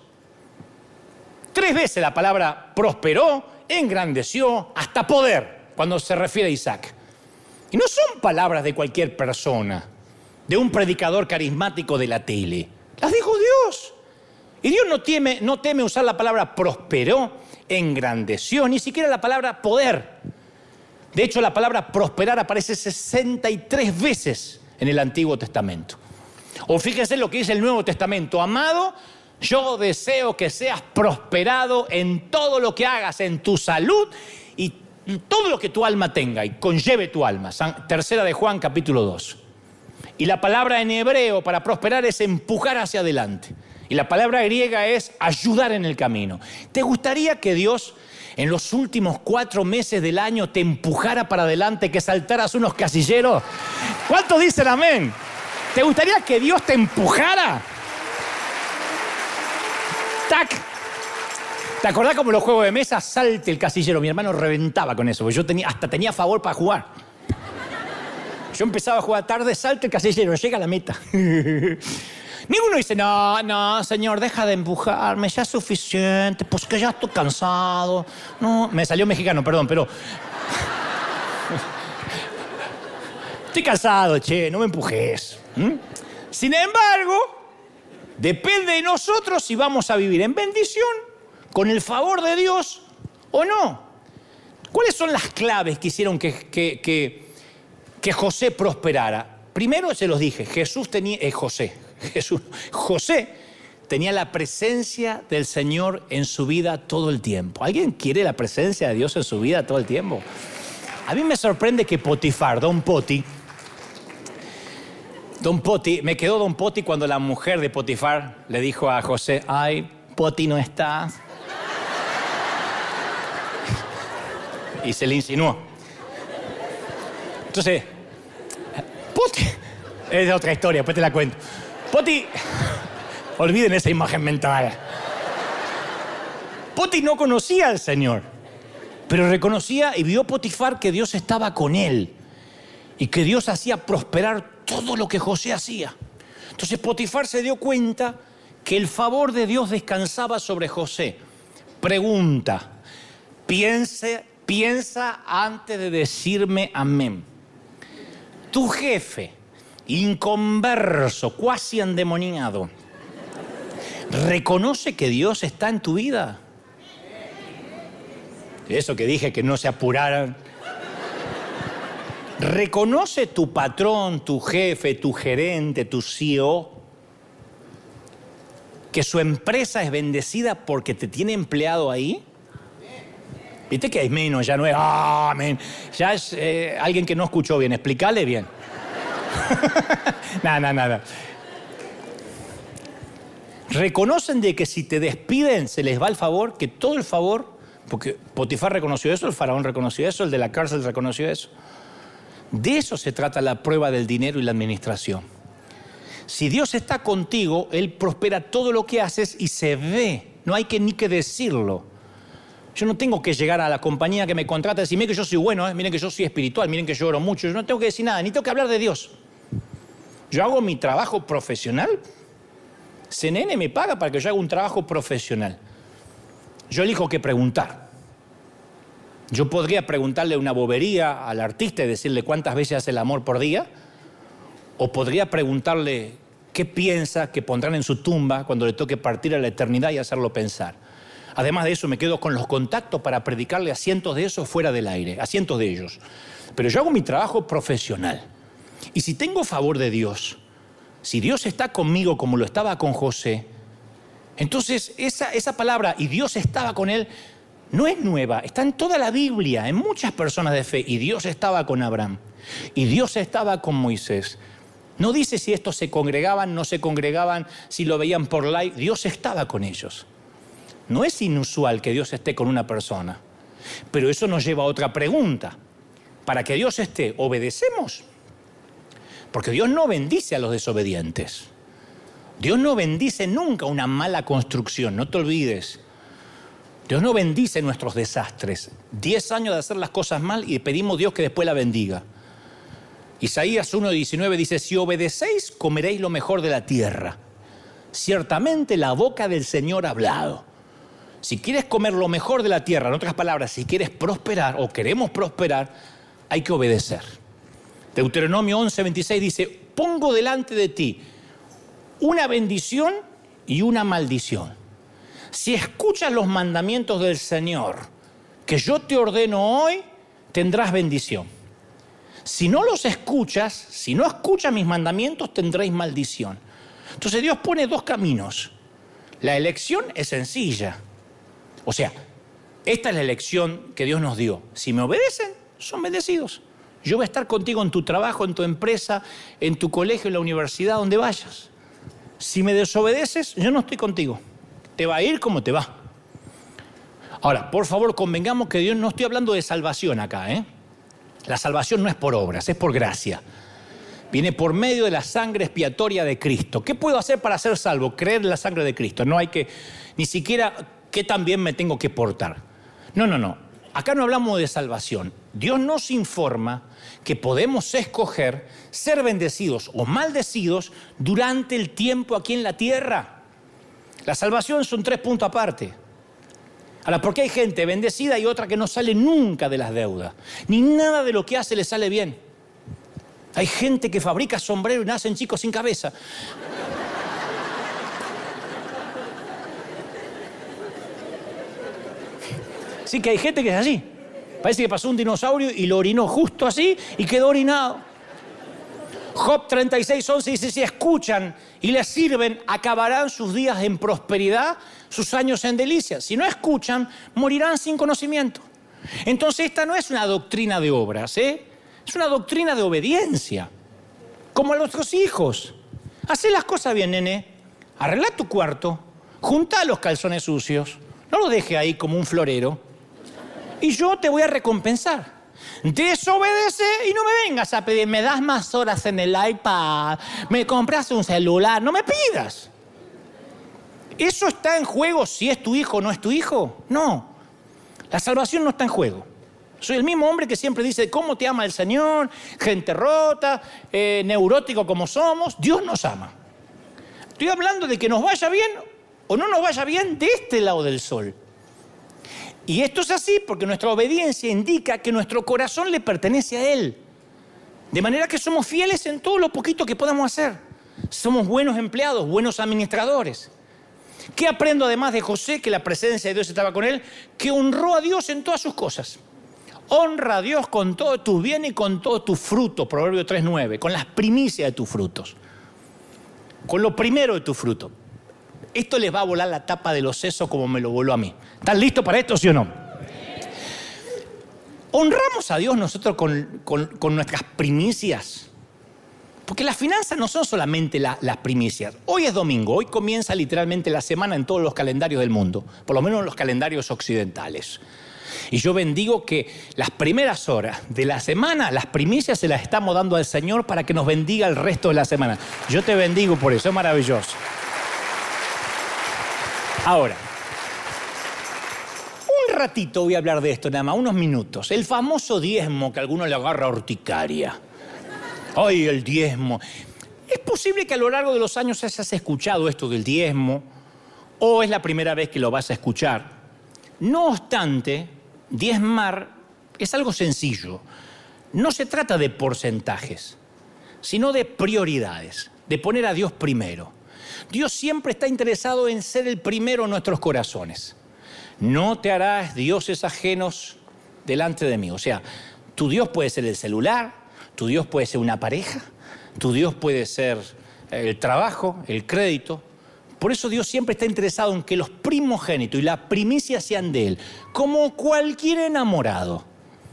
3 veces la palabra prosperó, engrandeció, hasta poder, cuando se refiere a Isaac. Y no son palabras de cualquier persona, de un predicador carismático de la tele. Las dijo Dios. Y Dios no teme usar la palabra prosperó, engrandeció, ni siquiera la palabra poder. De hecho, la palabra prosperar aparece 63 veces en el Antiguo Testamento. O fíjense lo que dice el Nuevo Testamento. Amado, yo deseo que seas prosperado en todo lo que hagas, en tu salud y todo lo que tu alma tenga y conlleve tu alma. Tercera de Juan, capítulo 2. Y la palabra en hebreo para prosperar es empujar hacia adelante. Y la palabra griega es ayudar en el camino. ¿Te gustaría que Dios en los últimos 4 meses del año te empujara para adelante, que saltaras unos casilleros? ¿Cuántos dicen amén? ¿Te gustaría que Dios te empujara? ¡Tac! ¿Te acordás como los juegos de mesa? Salte el casillero. Mi hermano reventaba con eso, porque yo hasta tenía favor para jugar. Yo empezaba a jugar tarde, salte el casillero, llega a la meta. Ninguno dice, no, señor, deja de empujarme, ya es suficiente, pues que ya estoy cansado. No, me salió mexicano, perdón, pero... Estoy cansado, che, no me empujes. Sin embargo, depende de nosotros si vamos a vivir en bendición, con el favor de Dios o no. ¿Cuáles son las claves que hicieron que José prosperara? Primero se los dije, José tenía la presencia del Señor en su vida todo el tiempo. ¿Alguien quiere la presencia de Dios en su vida todo el tiempo? A mí me sorprende que Potifar, Don Poti, me quedó Don Poti cuando la mujer de Potifar le dijo a José, ay, Poti no está. Y se le insinuó. Entonces, Poti, es de otra historia, después te la cuento. Poti, olviden esa imagen mental. Poti no conocía al Señor, pero reconocía y vio Potifar que Dios estaba con él y que Dios hacía prosperar todo lo que José hacía. Entonces Potifar se dio cuenta que el favor de Dios descansaba sobre José. Pregunta, piensa antes de decirme amén. Tu jefe, inconverso, cuasi endemoniado, ¿reconoce que Dios está en tu vida? Eso que dije, que no se apuraran. ¿Reconoce tu patrón, tu jefe, tu gerente, tu CEO que su empresa es bendecida porque te tiene empleado ahí? Viste que hay menos, ya no es amén. Ya es alguien que no escuchó bien. Explícale bien. Nada. Reconocen de que si te despiden se les va el favor, que todo el favor, porque Potifar reconoció eso, el faraón reconoció eso, el de la cárcel reconoció eso. De eso se trata la prueba del dinero y la administración. Si Dios está contigo, Él prospera todo lo que haces y se ve. No hay ni que decirlo. Yo no tengo que llegar a la compañía que me contrata y decir, miren que yo soy bueno, miren que yo soy espiritual, miren que yo oro mucho. Yo no tengo que decir nada, ni tengo que hablar de Dios. Yo hago mi trabajo profesional. CNN me paga para que yo haga un trabajo profesional. Yo elijo qué preguntar. Yo podría preguntarle una bobería al artista y decirle cuántas veces hace el amor por día. O podría preguntarle qué piensa que pondrán en su tumba cuando le toque partir a la eternidad y hacerlo pensar. Además de eso, me quedo con los contactos para predicarle a cientos de esos fuera del aire, a cientos de ellos. Pero yo hago mi trabajo profesional. Y si tengo favor de Dios, si Dios está conmigo como lo estaba con José, entonces esa palabra, y Dios estaba con él, no es nueva. Está en toda la Biblia, en muchas personas de fe. Y Dios estaba con Abraham. Y Dios estaba con Moisés. No dice si estos se congregaban, no se congregaban, si lo veían por like. Dios estaba con ellos. No es inusual que Dios esté con una persona, pero eso nos lleva a otra pregunta. Para que Dios esté, ¿obedecemos? Porque Dios no bendice a los desobedientes. Dios no bendice nunca una mala construcción, no te olvides. Dios no bendice nuestros desastres. 10 años de hacer las cosas mal y pedimos a Dios que después la bendiga. Isaías 1:19 dice, si obedecéis, comeréis lo mejor de la tierra. Ciertamente la boca del Señor ha hablado. Si quieres comer lo mejor de la tierra, en otras palabras, si quieres prosperar o queremos prosperar, hay que obedecer. Deuteronomio 11:26 dice, pongo delante de ti una bendición y una maldición. Si escuchas los mandamientos del Señor que yo te ordeno hoy, tendrás bendición. Si no los escuchas, si no escuchas mis mandamientos, tendréis maldición. Entonces Dios pone dos caminos. La elección es sencilla. O sea, esta es la elección que Dios nos dio. Si me obedecen, son bendecidos. Yo voy a estar contigo en tu trabajo, en tu empresa, en tu colegio, en la universidad, donde vayas. Si me desobedeces, yo no estoy contigo. Te va a ir como te va. Ahora, por favor, convengamos que Dios, no estoy hablando de salvación acá, ¿eh? La salvación no es por obras, es por gracia. Viene por medio de la sangre expiatoria de Cristo. ¿Qué puedo hacer para ser salvo? Creer en la sangre de Cristo. No hay que, ni siquiera, ¿qué también me tengo que portar? No. Acá no hablamos de salvación. Dios nos informa que podemos escoger ser bendecidos o maldecidos durante el tiempo aquí en la tierra. La salvación son 3 puntos aparte. Ahora, ¿por qué hay gente bendecida y otra que no sale nunca de las deudas? Ni nada de lo que hace le sale bien. Hay gente que fabrica sombreros y nacen chicos sin cabeza. Sí, que hay gente que es así. Parece que pasó un dinosaurio y lo orinó justo así y quedó orinado. Job 36:11 dice, si escuchan y les sirven, acabarán sus días en prosperidad, sus años en delicia. Si no escuchan, morirán sin conocimiento. Entonces esta no es una doctrina de obras, ¿eh? Es una doctrina de obediencia. Como a nuestros hijos. Hacé las cosas bien, nene. Arregla tu cuarto. Junta los calzones sucios. No los deje ahí como un florero. Y yo te voy a recompensar. Desobedece y no me vengas a pedir, me das más horas en el iPad, me compras un celular, no me pidas. ¿Eso está en juego si es tu hijo o no es tu hijo? No. La salvación no está en juego. Soy el mismo hombre que siempre dice, ¿cómo te ama el Señor? Gente rota, neurótico como somos, Dios nos ama. Estoy hablando de que nos vaya bien o no nos vaya bien de este lado del sol. Y esto es así porque nuestra obediencia indica que nuestro corazón le pertenece a Él. De manera que somos fieles en todo lo poquito que podamos hacer. Somos buenos empleados, buenos administradores. ¿Qué aprendo además de José? Que la presencia de Dios estaba con él, que honró a Dios en todas sus cosas. Honra a Dios con todo tu bien y con todo tu fruto, Proverbio 3:9, con las primicias de tus frutos. Con lo primero de tu fruto. Esto les va a volar la tapa de los sesos como me lo voló a mí. ¿Están listos para esto, sí o no? ¿Honramos a Dios nosotros con nuestras primicias? Porque las finanzas no son solamente las primicias. Hoy es domingo, hoy comienza literalmente la semana en todos los calendarios del mundo, por lo menos en los calendarios occidentales. Y yo bendigo que las primeras horas de la semana, las primicias se las estamos dando al Señor para que nos bendiga el resto de la semana. Yo te bendigo por eso, es maravilloso. Ahora, un ratito voy a hablar de esto nada más, unos minutos. El famoso diezmo que a alguno le agarra urticaria. ¡Ay, el diezmo! ¿Es posible que a lo largo de los años hayas escuchado esto del diezmo? ¿O es la primera vez que lo vas a escuchar? No obstante, diezmar es algo sencillo. No se trata de porcentajes, sino de prioridades, de poner a Dios primero. Dios siempre está interesado en ser el primero en nuestros corazones. No te harás dioses ajenos delante de mí. O sea, tu Dios puede ser el celular, tu Dios puede ser una pareja, tu Dios puede ser el trabajo, el crédito. Por eso Dios siempre está interesado en que los primogénitos y la primicia sean de Él, como cualquier enamorado.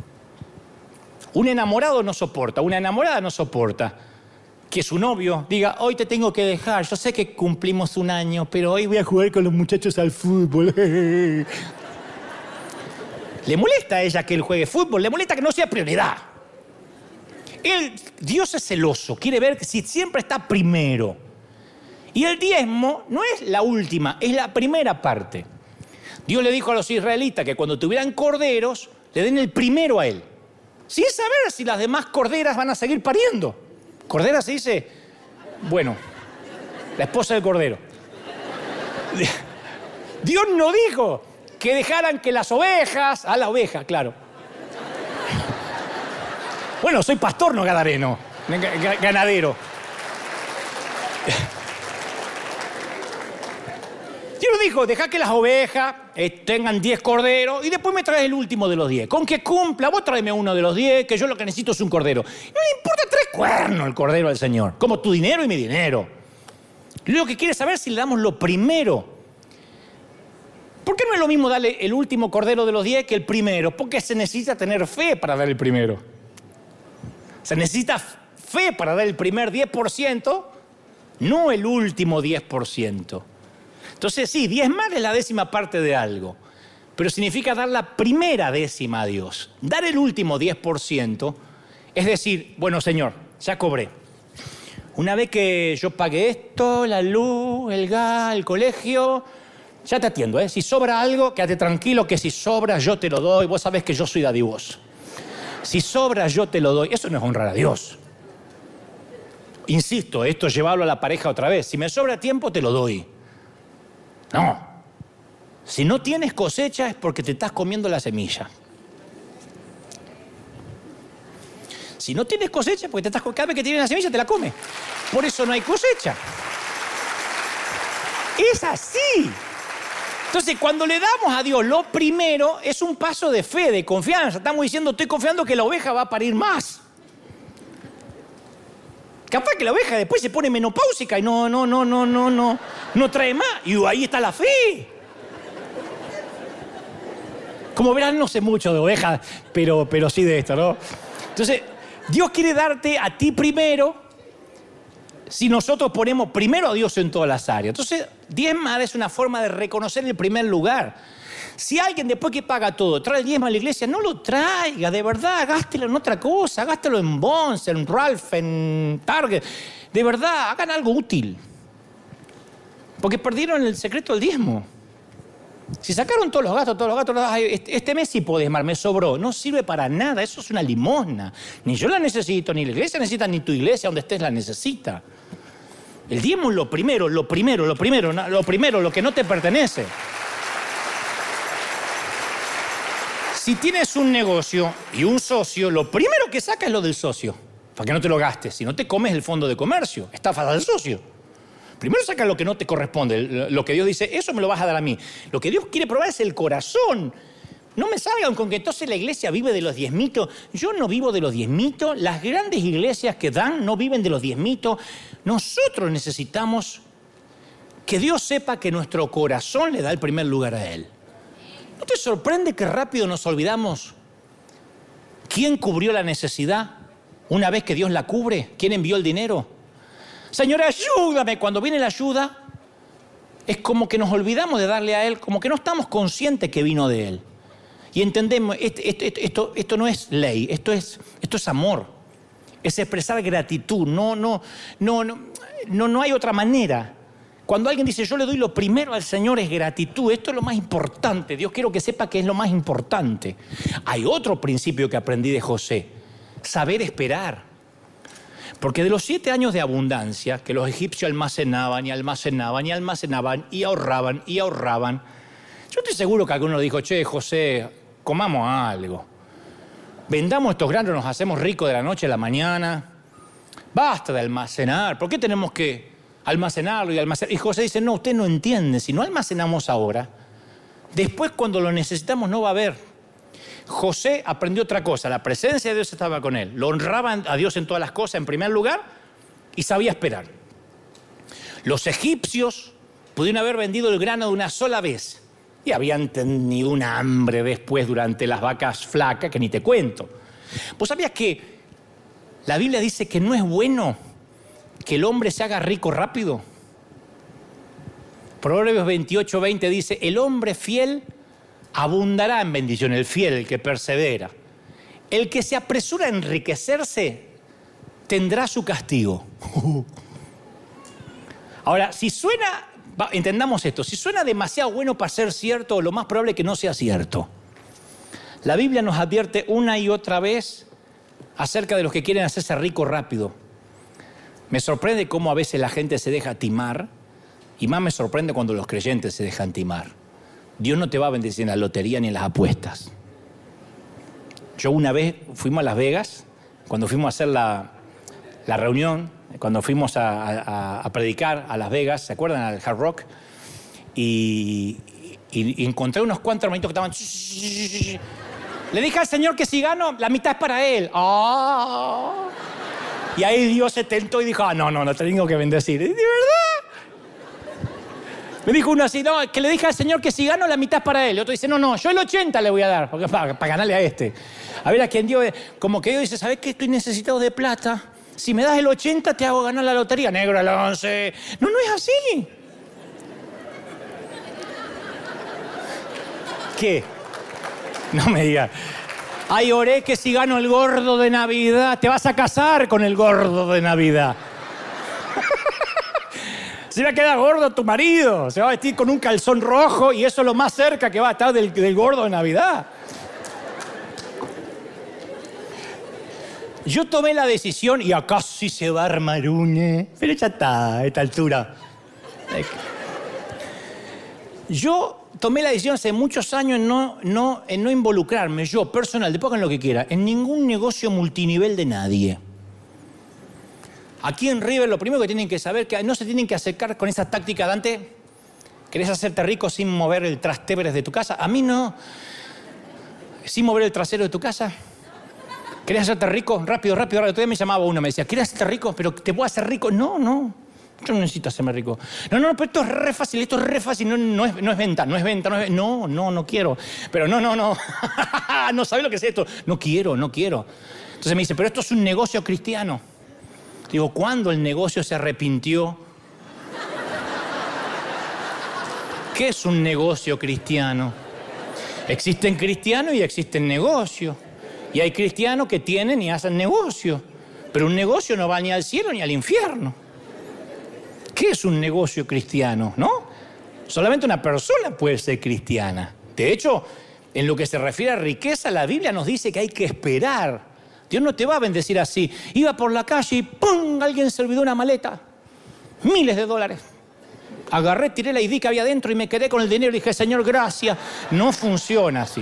Un enamorado no soporta, una enamorada no soporta que su novio diga, hoy te tengo que dejar, yo sé que cumplimos un año, pero hoy voy a jugar con los muchachos al fútbol. Le molesta a ella que él juegue fútbol, le molesta que no sea prioridad. Dios es celoso, quiere ver si siempre está primero. Y el diezmo no es la última, es la primera parte. Dios le dijo a los israelitas que cuando tuvieran corderos, le den el primero a él, sin saber si las demás corderas van a seguir pariendo. Cordera se dice, bueno, la esposa del cordero. Dios no dijo que dejaran que las ovejas, a la oveja, claro. Bueno, soy pastor, no gadareno, ganadero. Dios dijo, deja que las ovejas tengan 10 corderos y después me traes el último de los 10. Con que cumpla, vos tráeme uno de los 10, que yo lo que necesito es un cordero. No le importa 3 cuernos el cordero al Señor, como tu dinero y mi dinero. Lo que quiere saber es si le damos lo primero. ¿Por qué no es lo mismo darle el último cordero de los 10 que el primero? Porque se necesita tener fe para dar el primero. Se necesita fe para dar el primer 10%, no el último 10%. Entonces sí, diezmar es la décima parte de algo, pero significa dar la primera décima a Dios. Dar el último 10% es decir, bueno, Señor, ya cobré. Una vez que yo pagué esto, la luz, el gas, el colegio, ya te atiendo, ¿eh? Si sobra algo, quédate tranquilo que si sobra yo te lo doy. Vos sabés que yo soy dadivoso. Si sobra yo te lo doy. Eso no es honrar a Dios. Insisto, esto es llevarlo a la pareja otra vez. Si me sobra tiempo, te lo doy. No. Si no tienes cosecha es porque te estás comiendo la semilla. Si no tienes cosecha es porque cada vez que tienes la semilla te la comes. Por eso no hay cosecha. Es así. Entonces, cuando le damos a Dios lo primero, es un paso de fe, de confianza. Estamos diciendo, estoy confiando que la oveja va a parir más. Capaz que la oveja después se pone menopáusica y no trae más. Y ahí está la fe. Como verán, no sé mucho de ovejas, pero sí de esto, ¿no? Entonces, Dios quiere darte a ti primero si nosotros ponemos primero a Dios en todas las áreas. Entonces, diezmar es una forma de reconocer el primer lugar. Si alguien después que paga todo trae el diezmo a la iglesia, no lo traiga, de verdad, gástelo en otra cosa, gástelo en Bonds, en Ralph, en Target. De verdad, hagan algo útil. Porque perdieron el secreto del diezmo. Si sacaron todos los gastos, este mes sí puedo diezmar, me sobró. No sirve para nada, eso es una limosna. Ni yo la necesito, ni la iglesia necesita, ni tu iglesia donde estés la necesita. El diezmo es lo primero, lo que no te pertenece. Si tienes un negocio y un socio, lo primero que saca es lo del socio, para que no te lo gastes, si no te comes el fondo de comercio, estafas al socio. Primero saca lo que no te corresponde, lo que Dios dice, eso me lo vas a dar a mí. Lo que Dios quiere probar es el corazón. No me salgan con que entonces la iglesia vive de los diezmitos. Yo no vivo de los diezmitos. Las grandes iglesias que dan no viven de los diezmitos. Nosotros necesitamos que Dios sepa que nuestro corazón le da el primer lugar a Él. ¿No te sorprende que rápido nos olvidamos quién cubrió la necesidad una vez que Dios la cubre? ¿Quién envió el dinero? Señor, ayúdame. Cuando viene la ayuda, es como que nos olvidamos de darle a Él, como que no estamos conscientes que vino de Él. Y entendemos, esto no es ley, esto es amor. Es expresar gratitud. No hay otra manera. Cuando alguien dice, yo le doy lo primero al Señor, es gratitud. Esto es lo más importante. Dios, quiero que sepa que es lo más importante. Hay otro principio que aprendí de José. Saber esperar. Porque de los 7 años de abundancia, que los egipcios almacenaban y almacenaban y almacenaban y ahorraban y ahorraban, yo estoy seguro que alguno dijo, che, José, comamos algo. Vendamos estos granos, nos hacemos ricos de la noche a la mañana. Basta de almacenar. ¿Por qué tenemos que almacenarlo y almacenar? Y José dice, no, usted no entiende. Si no almacenamos ahora, después cuando lo necesitamos no va a haber. José aprendió otra cosa. La presencia de Dios estaba con él. Lo honraban a Dios en todas las cosas, en primer lugar, y sabía esperar. Los egipcios pudieron haber vendido el grano de una sola vez y habían tenido un hambre después durante las vacas flacas que ni te cuento. ¿Vos sabías que la Biblia dice que no es bueno que el hombre se haga rico rápido? Proverbios 28:20 dice, el hombre fiel abundará en bendición, el fiel, el que persevera. El que se apresura a enriquecerse tendrá su castigo. Ahora, si suena, entendamos esto, si suena demasiado bueno para ser cierto, lo más probable es que no sea cierto. La Biblia nos advierte una y otra vez acerca de los que quieren hacerse ricos rápido. Me sorprende cómo a veces la gente se deja timar, y más me sorprende cuando los creyentes se dejan timar. Dios no te va a bendecir en la lotería ni en las apuestas. Yo una vez fuimos a Las Vegas, cuando fuimos a hacer la reunión, cuando fuimos a predicar a Las Vegas, ¿se acuerdan? Al Hard Rock. Y encontré unos cuantos hermanitos que estaban... Le dije al Señor que si gano, la mitad es para Él. ¡Oh! Y ahí Dios se tentó y dijo, no tengo que bendecir. ¿De verdad? Me dijo uno así, no, que le dije al Señor que si gano, la mitad es para Él. Y otro dice, no, yo el 80 le voy a dar, porque para ganarle a este. A ver, a quien Dios, como que Dios dice, ¿sabes qué? Estoy necesitado de plata. Si me das el 80, te hago ganar la lotería. Negro, el 11. No es así. ¿Qué? No me digas. Ay, oré que si gano el gordo de Navidad, te vas a casar con el gordo de Navidad. Se va a quedar gordo tu marido, se va a vestir con un calzón rojo y eso es lo más cerca que va a estar del gordo de Navidad. Yo tomé la decisión y acá sí se va a armar pero ya está, a esta altura. Yo tomé la decisión hace muchos años en no involucrarme, yo personal, después hagan lo que quiera, en ningún negocio multinivel de nadie. Aquí en River lo primero que tienen que saber es que no se tienen que acercar con esa táctica de antes. ¿Querés hacerte rico sin mover el trastevere de tu casa? A mí no. ¿Sin mover el trasero de tu casa? ¿Querés hacerte rico? Rápido. Todavía me llamaba uno, me decía, ¿querés hacerte rico? ¿Pero te puedo hacer rico? No. Yo no necesito hacerme rico. No, pero esto es re fácil, no es venta. No quiero. Pero no. No sabes lo que es esto. No quiero. Entonces me dice, pero esto es un negocio cristiano. Digo, ¿cuándo el negocio se arrepintió? ¿Qué es un negocio cristiano? Existen cristianos y existen negocios. Y hay cristianos que tienen y hacen negocio. Pero un negocio no va ni al cielo ni al infierno. ¿Qué es un negocio cristiano? ¿No? Solamente una persona puede ser cristiana. De hecho, en lo que se refiere a riqueza, la Biblia nos dice que hay que esperar. Dios no te va a bendecir así. Iba por la calle y ¡pum! Alguien se olvidó una maleta. Miles de dólares. Agarré, tiré la ID que había dentro y me quedé con el dinero y dije, Señor, gracias. No funciona así.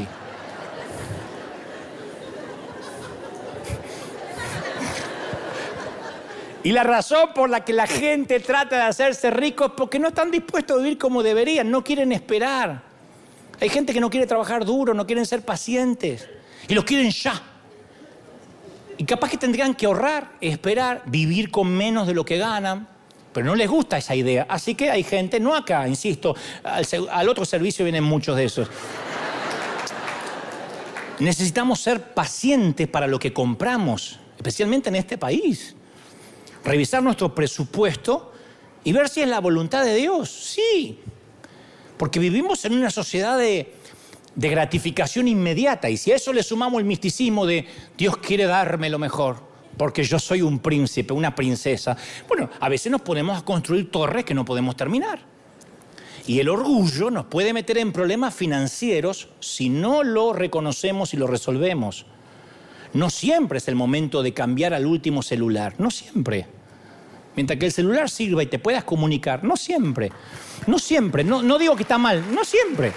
Y la razón por la que la gente trata de hacerse rico es porque no están dispuestos a vivir como deberían, no quieren esperar. Hay gente que no quiere trabajar duro, no quieren ser pacientes y los quieren ya. Y capaz que tendrían que ahorrar, esperar, vivir con menos de lo que ganan, pero no les gusta esa idea. Así que hay gente, no acá, insisto, al otro servicio vienen muchos de esos. Necesitamos ser pacientes para lo que compramos, especialmente en este país. Revisar nuestro presupuesto y ver si es la voluntad de Dios. Sí, porque vivimos en una sociedad de gratificación inmediata, y si a eso le sumamos el misticismo de Dios quiere darme lo mejor, porque yo soy un príncipe, una princesa, bueno, a veces nos ponemos a construir torres que no podemos terminar. Y el orgullo nos puede meter en problemas financieros si no lo reconocemos y lo resolvemos. No siempre es el momento de cambiar al último celular, no siempre. Mientras que el celular sirva y te puedas comunicar, no siempre. No siempre, no digo que está mal, no siempre.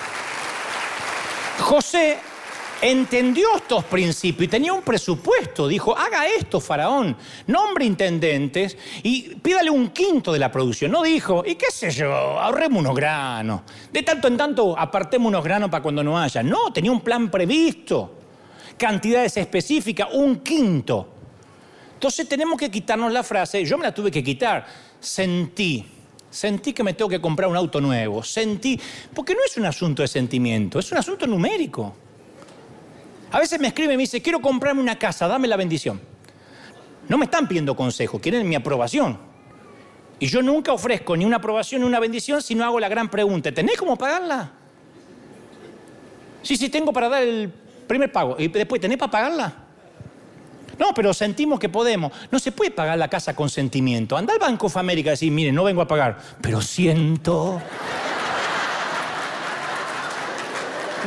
José entendió estos principios y tenía un presupuesto. Dijo, haga esto, faraón, nombre intendentes y pídale 1/5 de la producción. No dijo, y qué sé yo, ahorremos unos granos. De tanto en tanto apartemos unos granos para cuando no haya. No, tenía un plan previsto. Cantidades específicas, 1/5. Entonces tenemos que quitarnos la frase, yo me la tuve que quitar, sentí que me tengo que comprar un auto nuevo, porque no es un asunto de sentimiento, es un asunto numérico. A veces me escriben y me dicen, quiero comprarme una casa, dame la bendición. No me están pidiendo consejo, quieren mi aprobación. Y yo nunca ofrezco ni una aprobación ni una bendición si no hago la gran pregunta, ¿tenés cómo pagarla? Sí, tengo para dar el primer pago. Y después, ¿tenés para pagarla? No, pero sentimos que podemos. No se puede pagar la casa con sentimiento. Anda al Banco of America y decir, mire, no vengo a pagar, pero siento. ¿No?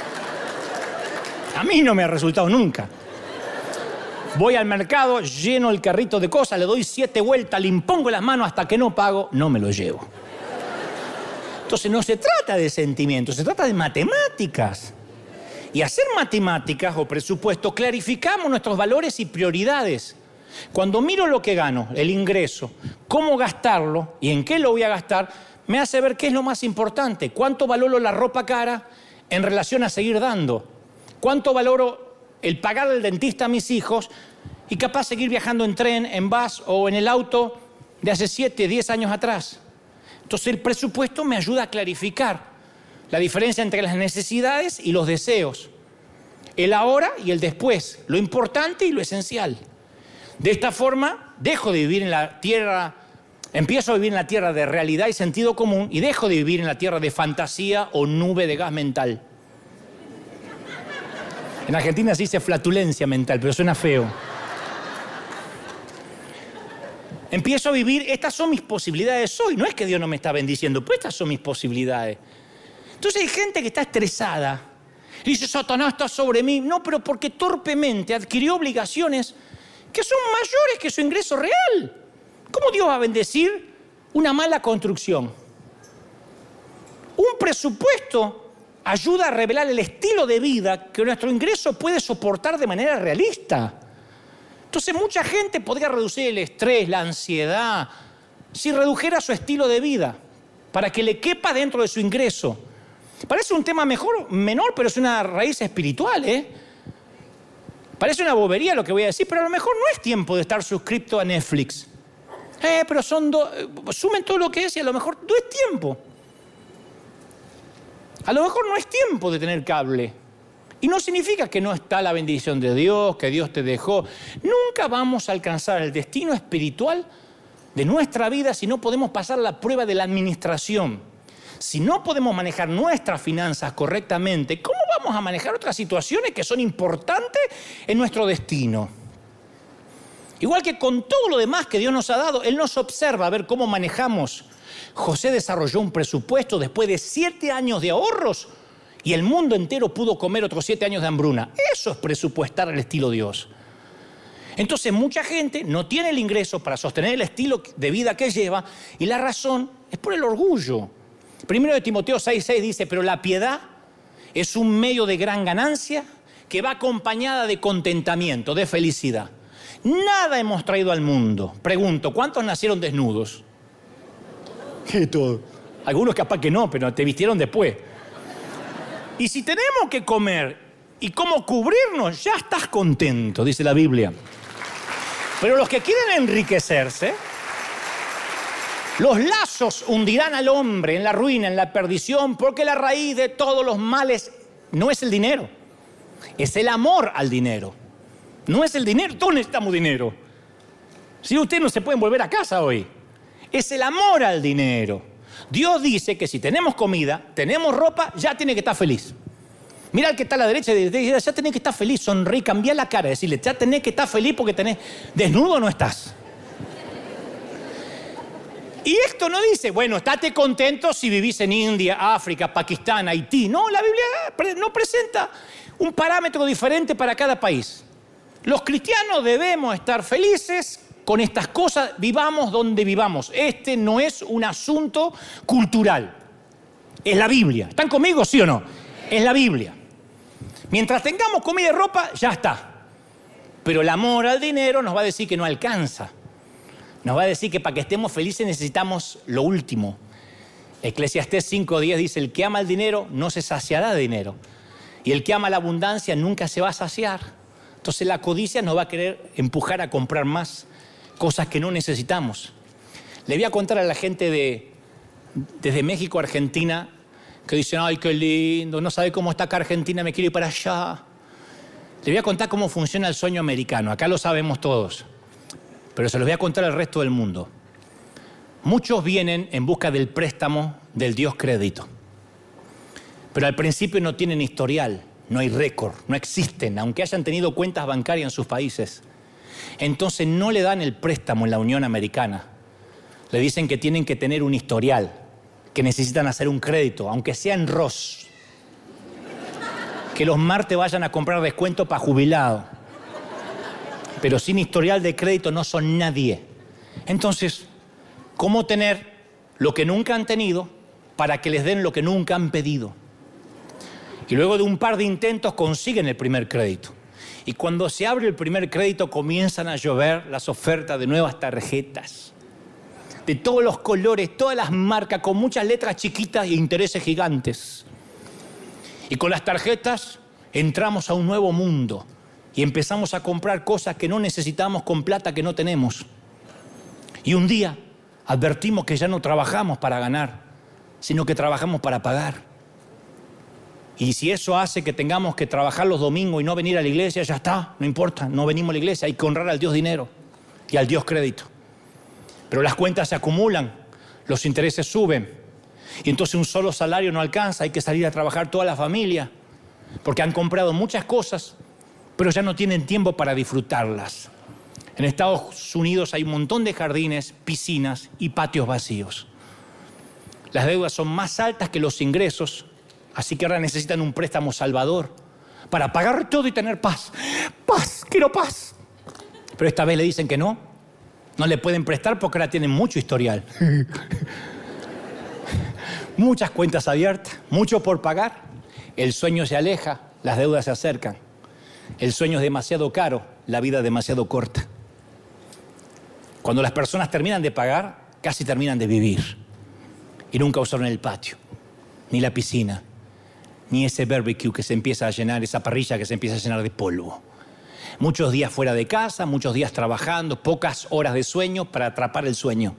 A mí no me ha resultado nunca. Voy al mercado, lleno el carrito de cosas, le doy 7 vueltas, le impongo las manos hasta que no pago, no me lo llevo. Entonces no se trata de sentimientos, se trata de matemáticas. Y hacer matemáticas o presupuesto, clarificamos nuestros valores y prioridades. Cuando miro lo que gano, el ingreso, cómo gastarlo y en qué lo voy a gastar, me hace ver qué es lo más importante. ¿Cuánto valoro la ropa cara en relación a seguir dando? ¿Cuánto valoro el pagar al dentista a mis hijos y capaz seguir viajando en tren, en bus o en el auto de hace 7, 10 años atrás? Entonces el presupuesto me ayuda a clarificar la diferencia entre las necesidades y los deseos, el ahora y el después, lo importante y lo esencial. De esta forma, dejo de vivir en la tierra, empiezo a vivir en la tierra de realidad y sentido común y dejo de vivir en la tierra de fantasía o nube de gas mental. En Argentina se dice flatulencia mental, pero suena feo. Empiezo a vivir, estas son mis posibilidades hoy, no es que Dios no me está bendiciendo, pues estas son mis posibilidades. Entonces hay gente que está estresada y dice, Satanás está sobre mí. No, pero porque torpemente adquirió obligaciones que son mayores que su ingreso real. ¿Cómo Dios va a bendecir una mala construcción? Un presupuesto ayuda a revelar el estilo de vida que nuestro ingreso puede soportar de manera realista. Entonces mucha gente podría reducir el estrés, la ansiedad, si redujera su estilo de vida para que le quepa dentro de su ingreso. Parece un tema menor, pero es una raíz espiritual, ¿eh? Parece una bobería lo que voy a decir, pero a lo mejor no es tiempo de estar suscrito a Netflix. Pero sumen todo lo que es y a lo mejor no es tiempo. A lo mejor no es tiempo de tener cable. Y no significa que no está la bendición de Dios, que Dios te dejó. Nunca vamos a alcanzar el destino espiritual de nuestra vida si no podemos pasar la prueba de la administración. Si no podemos manejar nuestras finanzas correctamente, ¿cómo vamos a manejar otras situaciones que son importantes en nuestro destino? Igual que con todo lo demás que Dios nos ha dado, Él nos observa a ver cómo manejamos. José desarrolló un presupuesto después de 7 años de ahorros y el mundo entero pudo comer otros 7 años de hambruna. Eso es presupuestar el estilo Dios. Entonces mucha gente no tiene el ingreso para sostener el estilo de vida que lleva y la razón es por el orgullo. Primero de Timoteo 6:6 dice, pero la piedad es un medio de gran ganancia que va acompañada de contentamiento, de felicidad. Nada hemos traído al mundo. Pregunto, ¿cuántos nacieron desnudos? ¿Qué todo? Algunos capaz que no, pero te vistieron después. Y si tenemos que comer y cómo cubrirnos, ya estás contento, dice la Biblia. Pero los que quieren enriquecerse, Los lazos hundirán al hombre en la ruina, en la perdición, porque la raíz de todos los males no es el dinero, es el amor al dinero. No es el dinero, todos necesitamos dinero. Si ustedes no se pueden volver a casa hoy, es el amor al dinero. Dios dice que si tenemos comida, tenemos ropa, ya tiene que estar feliz. Mira al que está a la derecha y dice, ya tenés que estar feliz, sonreí, cambiá la cara, decirle, ya tenés que estar feliz porque tenés, desnudo no estás. Y esto no dice, bueno, estate contento si vivís en India, África, Pakistán, Haití. No, la Biblia no presenta un parámetro diferente para cada país. Los cristianos debemos estar felices con estas cosas, vivamos donde vivamos. Este no es un asunto cultural, es la Biblia. ¿Están conmigo, sí o no? Es la Biblia. Mientras tengamos comida y ropa, ya está. Pero el amor al dinero nos va a decir que no alcanza. Nos va a decir que para que estemos felices necesitamos lo último. Eclesiastés 5:10 dice, el que ama el dinero no se saciará de dinero. Y el que ama la abundancia nunca se va a saciar. Entonces la codicia nos va a querer empujar a comprar más cosas que no necesitamos. Le voy a contar a la gente desde México a Argentina que dicen, ay, qué lindo, no sabe cómo está acá Argentina, me quiero ir para allá. Le voy a contar cómo funciona el sueño americano. Acá lo sabemos todos. Pero se los voy a contar al resto del mundo. Muchos vienen en busca del préstamo del Dios crédito. Pero al principio no tienen historial, no hay récord, no existen, aunque hayan tenido cuentas bancarias en sus países. Entonces no le dan el préstamo en la Unión Americana. Le dicen que tienen que tener un historial, que necesitan hacer un crédito, aunque sea en Ross. Que los martes vayan a comprar descuento para jubilado. Pero sin historial de crédito no son nadie. Entonces, ¿cómo tener lo que nunca han tenido para que les den lo que nunca han pedido? Y luego de un par de intentos consiguen el primer crédito. Y cuando se abre el primer crédito comienzan a llover las ofertas de nuevas tarjetas. De todos los colores, todas las marcas, con muchas letras chiquitas e intereses gigantes. Y con las tarjetas entramos a un nuevo mundo. Y empezamos a comprar cosas que no necesitamos con plata que no tenemos. Y un día advertimos que ya no trabajamos para ganar, sino que trabajamos para pagar. Y si eso hace que tengamos que trabajar los domingos y no venir a la iglesia, ya está, no importa, no venimos a la iglesia, hay que honrar al Dios dinero y al Dios crédito. Pero las cuentas se acumulan, los intereses suben, y entonces un solo salario no alcanza, hay que salir a trabajar toda la familia, porque han comprado muchas cosas, pero ya no tienen tiempo para disfrutarlas. En Estados Unidos hay un montón de jardines, piscinas y patios vacíos. Las deudas son más altas que los ingresos, así que ahora necesitan un préstamo salvador para pagar todo y tener paz. Paz, quiero paz. Pero esta vez le dicen que no le pueden prestar porque ahora tienen mucho historial. Muchas cuentas abiertas, mucho por pagar. El sueño se aleja, las deudas se acercan. El sueño es demasiado caro, la vida es demasiado corta. Cuando las personas terminan de pagar, casi terminan de vivir. Y nunca usaron el patio, ni la piscina, ni ese barbecue que se empieza a llenar, esa parrilla que se empieza a llenar de polvo. Muchos días fuera de casa, muchos días trabajando, pocas horas de sueño para atrapar el sueño.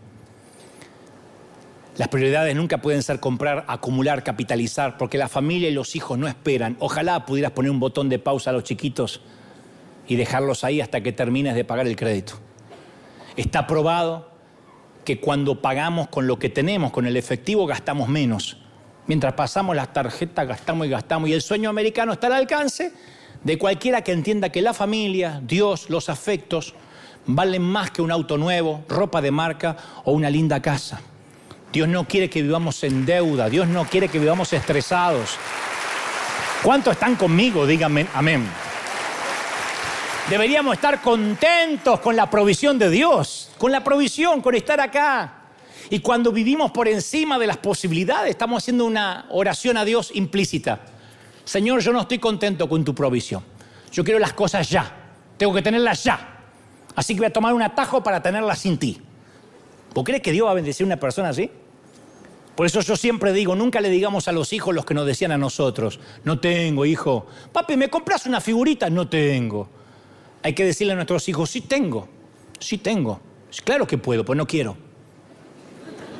Las prioridades nunca pueden ser comprar, acumular, capitalizar, porque la familia y los hijos no esperan. Ojalá pudieras poner un botón de pausa a los chiquitos y dejarlos ahí hasta que termines de pagar el crédito. Está probado que cuando pagamos con lo que tenemos, con el efectivo, gastamos menos. Mientras pasamos las tarjetas, gastamos y gastamos. Y el sueño americano está al alcance de cualquiera que entienda que la familia, Dios, los afectos, valen más que un auto nuevo, ropa de marca o una linda casa. Dios no quiere que vivamos en deuda. Dios no quiere que vivamos estresados. ¿Cuántos están conmigo? Díganme amén. Deberíamos estar contentos con la provisión de Dios, con la provisión, con estar acá. Y cuando vivimos por encima de las posibilidades, estamos haciendo una oración a Dios implícita. Señor, yo no estoy contento con tu provisión. Yo quiero las cosas ya. Tengo que tenerlas ya. Así que voy a tomar un atajo para tenerlas sin ti. ¿Vos crees que Dios va a bendecir a una persona así? Por eso yo siempre digo, nunca le digamos a los hijos los que nos decían a nosotros. No tengo, hijo. Papi, ¿me compras una figurita? No tengo. Hay que decirle a nuestros hijos, sí tengo. Sí tengo. Claro que puedo, pues no quiero.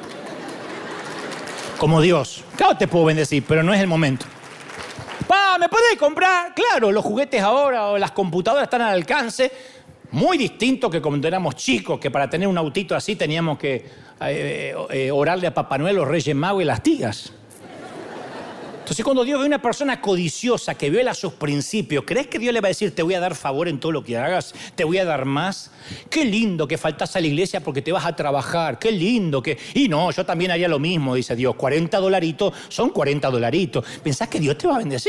como Dios. Claro, te puedo bendecir, pero no es el momento. Pa, ¿me podés comprar? Claro, los juguetes ahora o las computadoras están al alcance. Muy distinto que cuando éramos chicos, que para tener un autito así teníamos que orarle a Papá Noel, los Reyes Magos y las tías. Entonces, cuando Dios ve a una persona codiciosa que viola sus principios, ¿crees que Dios le va a decir, te voy a dar favor en todo lo que hagas? ¿Te voy a dar más? Qué lindo que faltas a la iglesia porque te vas a trabajar. Qué lindo que... Y no, yo también haría lo mismo, dice Dios. $40 son $40. ¿Pensás que Dios te va a bendecir?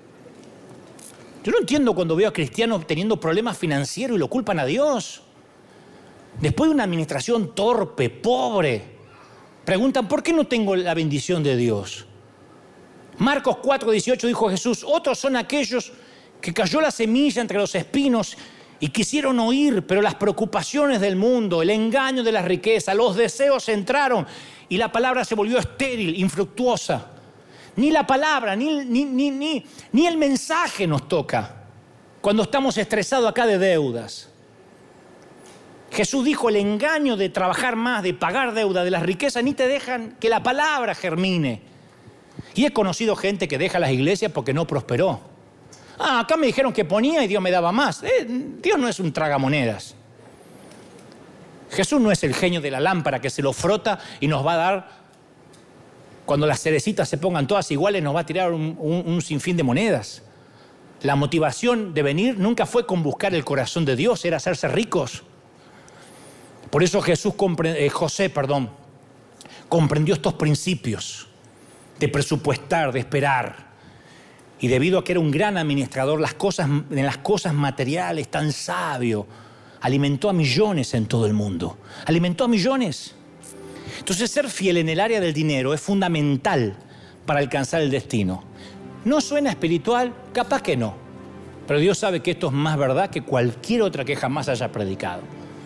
Yo no entiendo cuando veo a cristianos teniendo problemas financieros y lo culpan a Dios. Después de una administración torpe, pobre, preguntan, ¿por qué no tengo la bendición de Dios? Marcos 4:18 dijo Jesús, otros son aquellos que cayó la semilla entre los espinos y quisieron oír, pero las preocupaciones del mundo, el engaño de la riqueza, los deseos entraron y la palabra se volvió estéril, infructuosa. Ni la palabra, ni el mensaje nos toca cuando estamos estresados acá de deudas. Jesús dijo, el engaño de trabajar más, de pagar deuda, de las riquezas, ni te dejan que la palabra germine. Y he conocido gente que deja las iglesias porque no prosperó. Ah, acá me dijeron que ponía y Dios me daba más. Dios no es un tragamonedas. Jesús no es el genio de la lámpara que se lo frota y nos va a dar, cuando las cerecitas se pongan todas iguales, nos va a tirar un sinfín de monedas. La motivación de venir nunca fue con buscar el corazón de Dios, era hacerse ricos. Por eso José comprendió estos principios de presupuestar, de esperar. Y debido a que era un gran administrador, en las cosas materiales, tan sabio, alimentó a millones en todo el mundo. Alimentó a millones. Entonces, ser fiel en el área del dinero es fundamental para alcanzar el destino. ¿No suena espiritual? Capaz que no. Pero Dios sabe que esto es más verdad que cualquier otra que jamás haya predicado.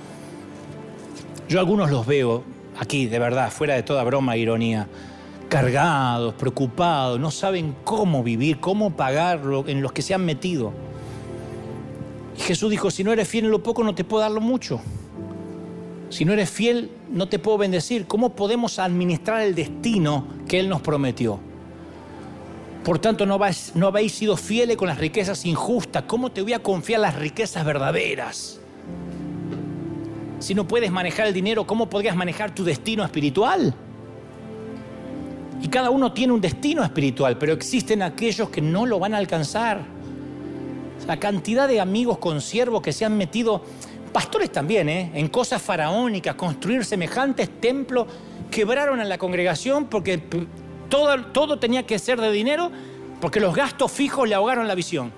Yo algunos los veo aquí, de verdad, fuera de toda broma e ironía, cargados, preocupados, no saben cómo vivir, cómo pagar en los que se han metido. Y Jesús dijo, si no eres fiel en lo poco, no te puedo dar lo mucho. Si no eres fiel, no te puedo bendecir. ¿Cómo podemos administrar el destino que Él nos prometió? Por tanto, no habéis sido fieles con las riquezas injustas. ¿Cómo te voy a confiar las riquezas verdaderas? Si no puedes manejar el dinero, ¿cómo podrías manejar tu destino espiritual? Y cada uno tiene un destino espiritual, pero existen aquellos que no lo van a alcanzar. La cantidad de amigos consiervos que se han metido, pastores también, en cosas faraónicas, construir semejantes templos, quebraron a la congregación porque todo tenía que ser de dinero, porque los gastos fijos le ahogaron la visión.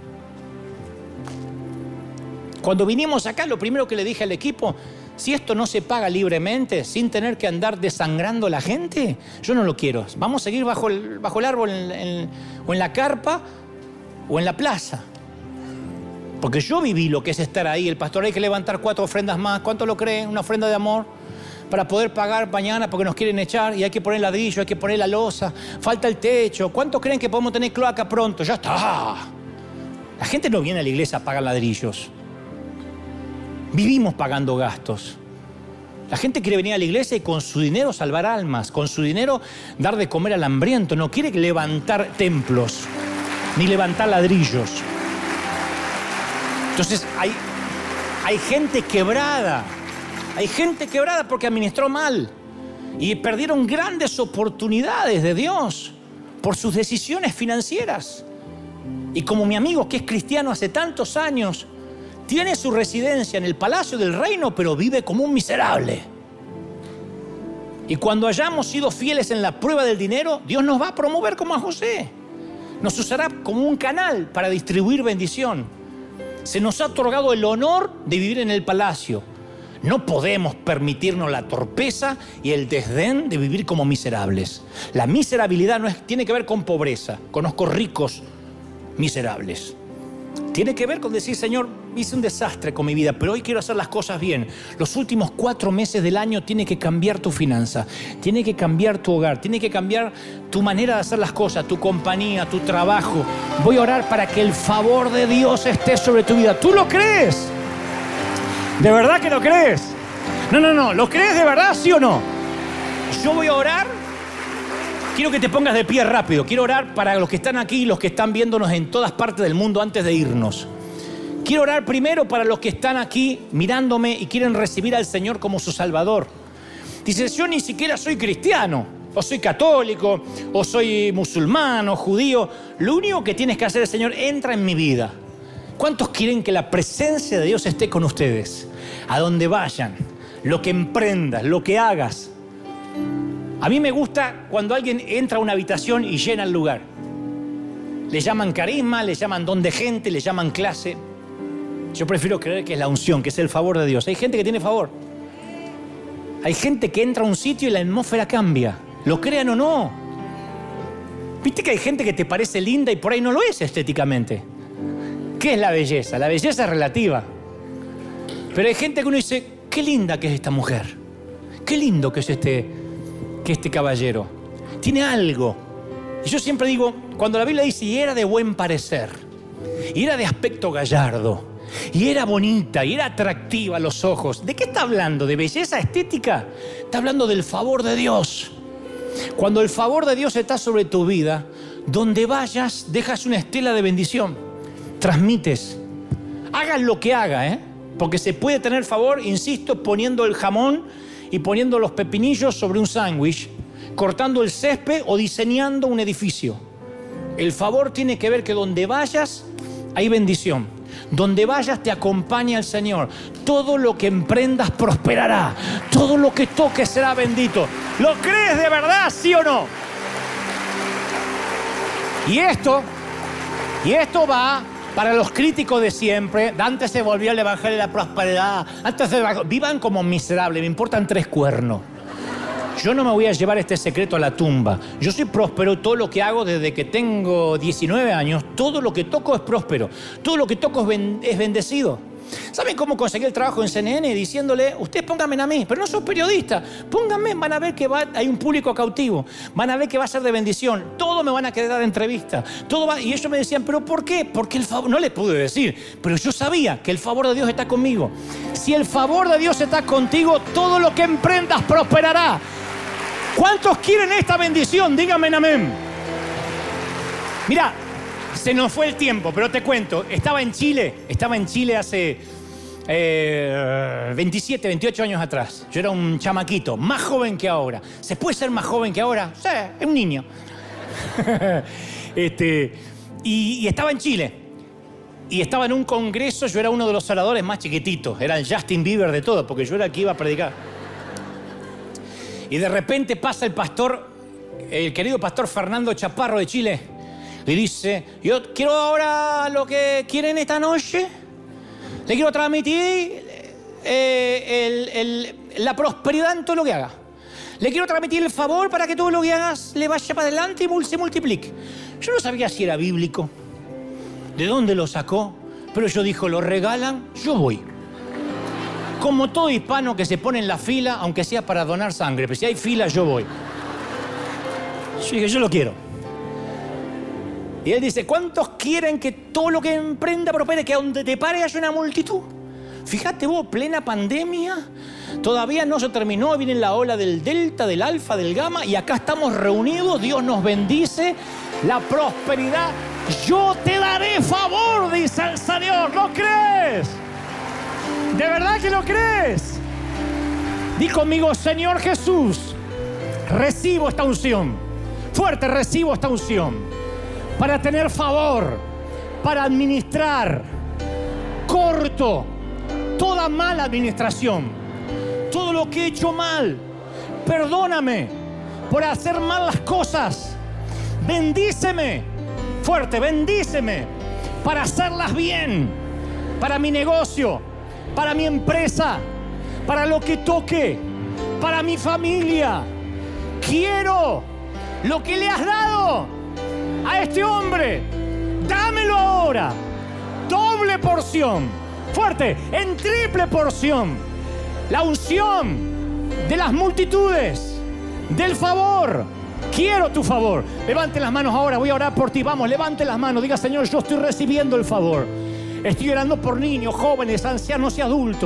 Cuando vinimos acá, lo primero que le dije al equipo, si esto no se paga libremente, sin tener que andar desangrando a la gente, yo no lo quiero. Vamos a seguir bajo el árbol o en la carpa o en la plaza. Porque yo viví lo que es estar ahí. El pastor hay que levantar 4 ofrendas más. ¿Cuánto lo creen? Una ofrenda de amor para poder pagar mañana porque nos quieren echar y hay que poner ladrillo, hay que poner la losa, falta el techo. ¿Cuánto creen que podemos tener cloaca pronto? Ya está. La gente no viene a la iglesia a pagar ladrillos. Vivimos pagando gastos. La gente quiere venir a la iglesia y con su dinero salvar almas, con su dinero dar de comer al hambriento. No quiere levantar templos, ni levantar ladrillos. Entonces hay gente quebrada. Hay gente quebrada porque administró mal. Y perdieron grandes oportunidades de Dios por sus decisiones financieras. Y como mi amigo que es cristiano hace tantos años, tiene su residencia en el palacio del reino, pero vive como un miserable. Y cuando hayamos sido fieles en la prueba del dinero, Dios nos va a promover como a José. Nos usará como un canal para distribuir bendición. Se nos ha otorgado el honor de vivir en el palacio. No podemos permitirnos la torpeza y el desdén de vivir como miserables. La miserabilidad tiene que ver con pobreza. Conozco ricos miserables. Tiene que ver con decir, Señor, hice un desastre con mi vida, pero hoy quiero hacer las cosas bien. Los últimos 4 meses del año tiene que cambiar tu finanza, tiene que cambiar tu hogar, tiene que cambiar tu manera de hacer las cosas, tu compañía, tu trabajo. Voy a orar para que el favor de Dios esté sobre tu vida. ¿Tú lo crees? ¿De verdad que lo crees? No. ¿Lo crees de verdad, sí o no? Yo voy a orar Quiero que te pongas de pie rápido. Quiero orar para los que están aquí y los que están viéndonos en todas partes del mundo antes de irnos. Quiero orar primero para los que están aquí mirándome y quieren recibir al Señor como su Salvador. Dices, yo ni siquiera soy cristiano, o soy católico, o soy musulmán, o judío. Lo único que tienes que hacer es, Señor, entra en mi vida. ¿Cuántos quieren que la presencia de Dios esté con ustedes? A donde vayan, lo que emprendas, lo que hagas. A mí me gusta cuando alguien entra a una habitación y llena el lugar. Le llaman carisma, le llaman don de gente, le llaman clase. Yo prefiero creer que es la unción, que es el favor de Dios. Hay gente que tiene favor. Hay gente que entra a un sitio y la atmósfera cambia. Lo crean o no. ¿Viste que hay gente que te parece linda y por ahí no lo es estéticamente? ¿Qué es la belleza? La belleza es relativa. Pero hay gente que uno dice, qué linda que es esta mujer. Qué lindo que es este caballero. Tiene algo. Y yo siempre digo, cuando la Biblia dice, y era de buen parecer, y era de aspecto gallardo, y era bonita, y era atractiva a los ojos, ¿de qué está hablando? ¿De belleza estética? Está hablando del favor de Dios. Cuando el favor de Dios está sobre tu vida, donde vayas, dejas una estela de bendición. Transmites. Hagas lo que haga, porque se puede tener favor, insisto, poniendo el jamón y poniendo los pepinillos sobre un sándwich, cortando el césped o diseñando un edificio. El favor tiene que ver que donde vayas hay bendición. Donde vayas te acompaña el Señor. Todo lo que emprendas prosperará. Todo lo que toques será bendito. ¿Lo crees de verdad, sí o no? Y esto va para los críticos de siempre. Antes se volvió el evangelio de la prosperidad. Vivan como miserables, me importan 3 cuernos. Yo no me voy a llevar este secreto a la tumba. Yo soy próspero, todo lo que hago desde que tengo 19 años, todo lo que toco es próspero. Todo lo que toco es bendecido. ¿Saben cómo conseguí el trabajo en CNN? Diciéndole, ustedes pónganme a mí, pero no soy periodista. Pónganme, van a ver que hay un público cautivo. Van a ver que va a ser de bendición. Todo me van a querer dar entrevista. Y ellos me decían, ¿pero por qué? Porque el favor, no les pude decir, pero yo sabía que el favor de Dios está conmigo. Si el favor de Dios está contigo, todo lo que emprendas prosperará. ¿Cuántos quieren esta bendición? Díganme en amén. Mira, se nos fue el tiempo, pero te cuento. Estaba en Chile hace 27, 28 años atrás. Yo era un chamaquito, más joven que ahora. ¿Se puede ser más joven que ahora? Sí, es un niño. Y estaba en Chile. Y estaba en un congreso, yo era uno de los oradores más chiquititos. Era el Justin Bieber de todo, porque yo era el que iba a predicar. Y de repente pasa el querido pastor Fernando Chaparro de Chile, y dice, yo quiero ahora lo que quieren esta noche, le quiero transmitir la prosperidad en todo lo que haga. Le quiero transmitir el favor para que todo lo que hagas le vaya para adelante y se multiplique. Yo no sabía si era bíblico, de dónde lo sacó, pero yo dijo, lo regalan, yo voy. Como todo hispano que se pone en la fila, aunque sea para donar sangre. Pero si hay fila, yo voy. Yo dije, yo lo quiero. Y él dice, ¿cuántos quieren que todo lo que emprenda prospere? Que a donde te pare haya una multitud. Fíjate vos, plena pandemia, todavía no se terminó, viene la ola del delta, del alfa, del gamma, y acá estamos reunidos, Dios nos bendice, la prosperidad. Yo te daré favor, dice el Señor, ¿lo crees? ¿De verdad que lo crees? Di conmigo, Señor Jesús, recibo esta unción. Fuerte, recibo esta unción. Para tener favor, para administrar. Corto toda mala administración. Todo lo que he hecho mal. Perdóname por hacer mal las cosas. Bendíceme. Fuerte, bendíceme. Para hacerlas bien. Para mi negocio. Para mi empresa, para lo que toque, para mi familia. Quiero lo que le has dado a este hombre. Dámelo ahora. Doble porción. Fuerte, en triple porción. La unción de las multitudes, del favor. Quiero tu favor. Levante las manos ahora, voy a orar por ti. Vamos, levante las manos. Diga, Señor, yo estoy recibiendo el favor. Estoy orando por niños, jóvenes, ancianos y adultos,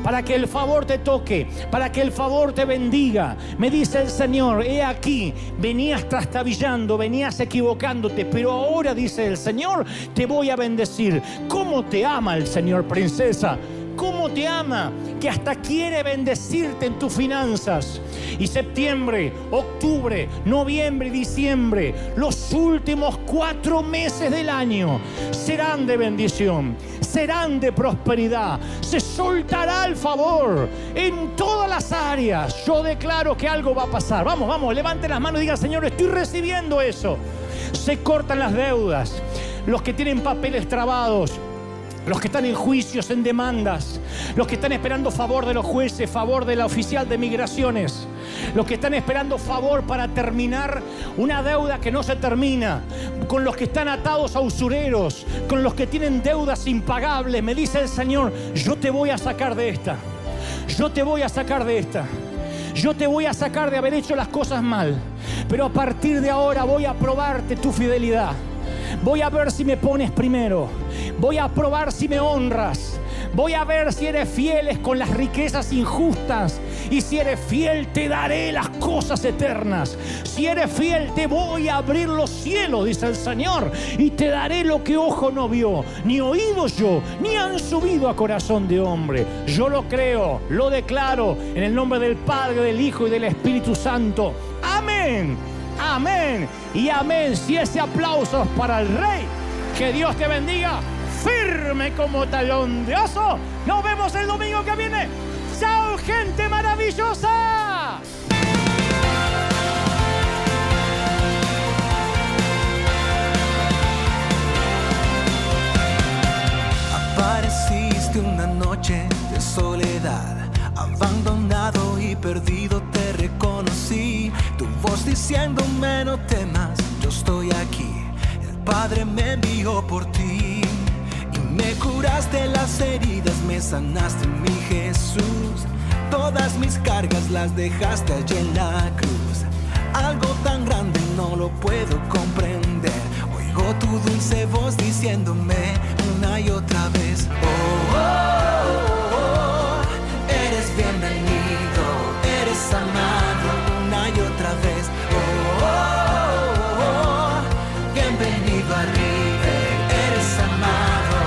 para que el favor te toque, para que el favor te bendiga. Me dice el Señor, he aquí, venías trastabillando, venías equivocándote, pero ahora, dice el Señor, te voy a bendecir. ¿Cómo te ama el Señor, princesa? ¿Cómo te ama? Que hasta quiere bendecirte en tus finanzas. Y septiembre, octubre, noviembre y diciembre, los últimos 4 meses del año, serán de bendición, serán de prosperidad. Se soltará el favor en todas las áreas. Yo declaro que algo va a pasar. Vamos, levanten las manos y digan, Señor, estoy recibiendo eso. Se cortan las deudas. Los que tienen papeles trabados, los que están en juicios, en demandas, los que están esperando favor de los jueces, favor de la oficial de migraciones, los que están esperando favor para terminar una deuda que no se termina, con los que están atados a usureros, con los que tienen deudas impagables. Me dice el Señor, yo te voy a sacar de esta, yo te voy a sacar de esta. Yo te voy a sacar de haber hecho las cosas mal, pero a partir de ahora voy a probarte tu fidelidad. Voy a ver si me pones primero. Voy a probar si me honras. Voy a ver si eres fiel con las riquezas injustas. Y si eres fiel, te daré las cosas eternas. Si eres fiel, te voy a abrir los cielos, dice el Señor, y te daré lo que ojo no vio, ni oído yo, ni han subido a corazón de hombre. Yo lo creo, lo declaro, en el nombre del Padre, del Hijo y del Espíritu Santo. Amén. Amén y amén. Si ese aplauso es para el Rey, que Dios te bendiga firme como talón de oso. Nos vemos el domingo que viene. ¡Chao, gente maravillosa! Apareciste una noche de soledad, abandonado y perdido te reconocí. Tu voz diciéndome no temas, yo estoy aquí. El Padre me envió por ti y me curaste las heridas, me sanaste, mi Jesús. Todas mis cargas las dejaste allí en la cruz. Algo tan grande no lo puedo comprender. Oigo tu dulce voz diciéndome una y otra vez, oh, oh, oh, oh. Eres bienvenido, eres amado una y otra vez, oh, oh, oh, oh. Bienvenido a River, eres amado.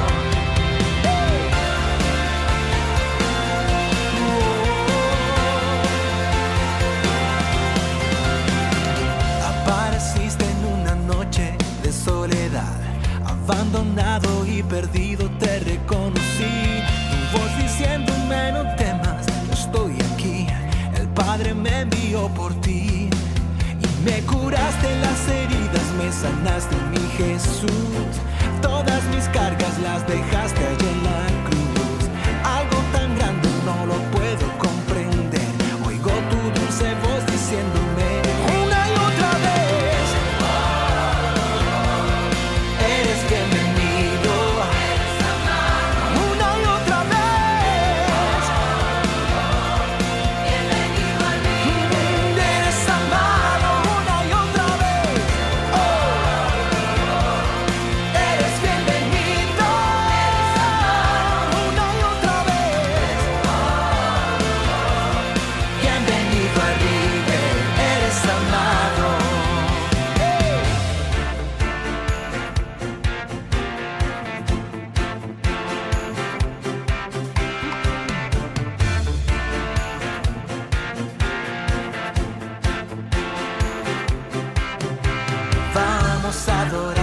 Apareciste en una noche de soledad, abandonado y perdido te reconocí. Tu voz diciéndome no temas, yo estoy aquí. El Padre me envió por ti y me curaste las heridas, me sanaste, mi Jesús. Todas mis cargas las dejaste allí en la cruz. Algo tan grande no lo puedo comprender. Oigo tu dulce voz diciéndome una y otra vez, eres bienvenido, eres amado. Una y otra vez, bienvenido a mí. Eres amado una y otra vez, eres bienvenido, eres amado. Una y otra vez, bienvenido a River, eres amado. Vamos a adorar.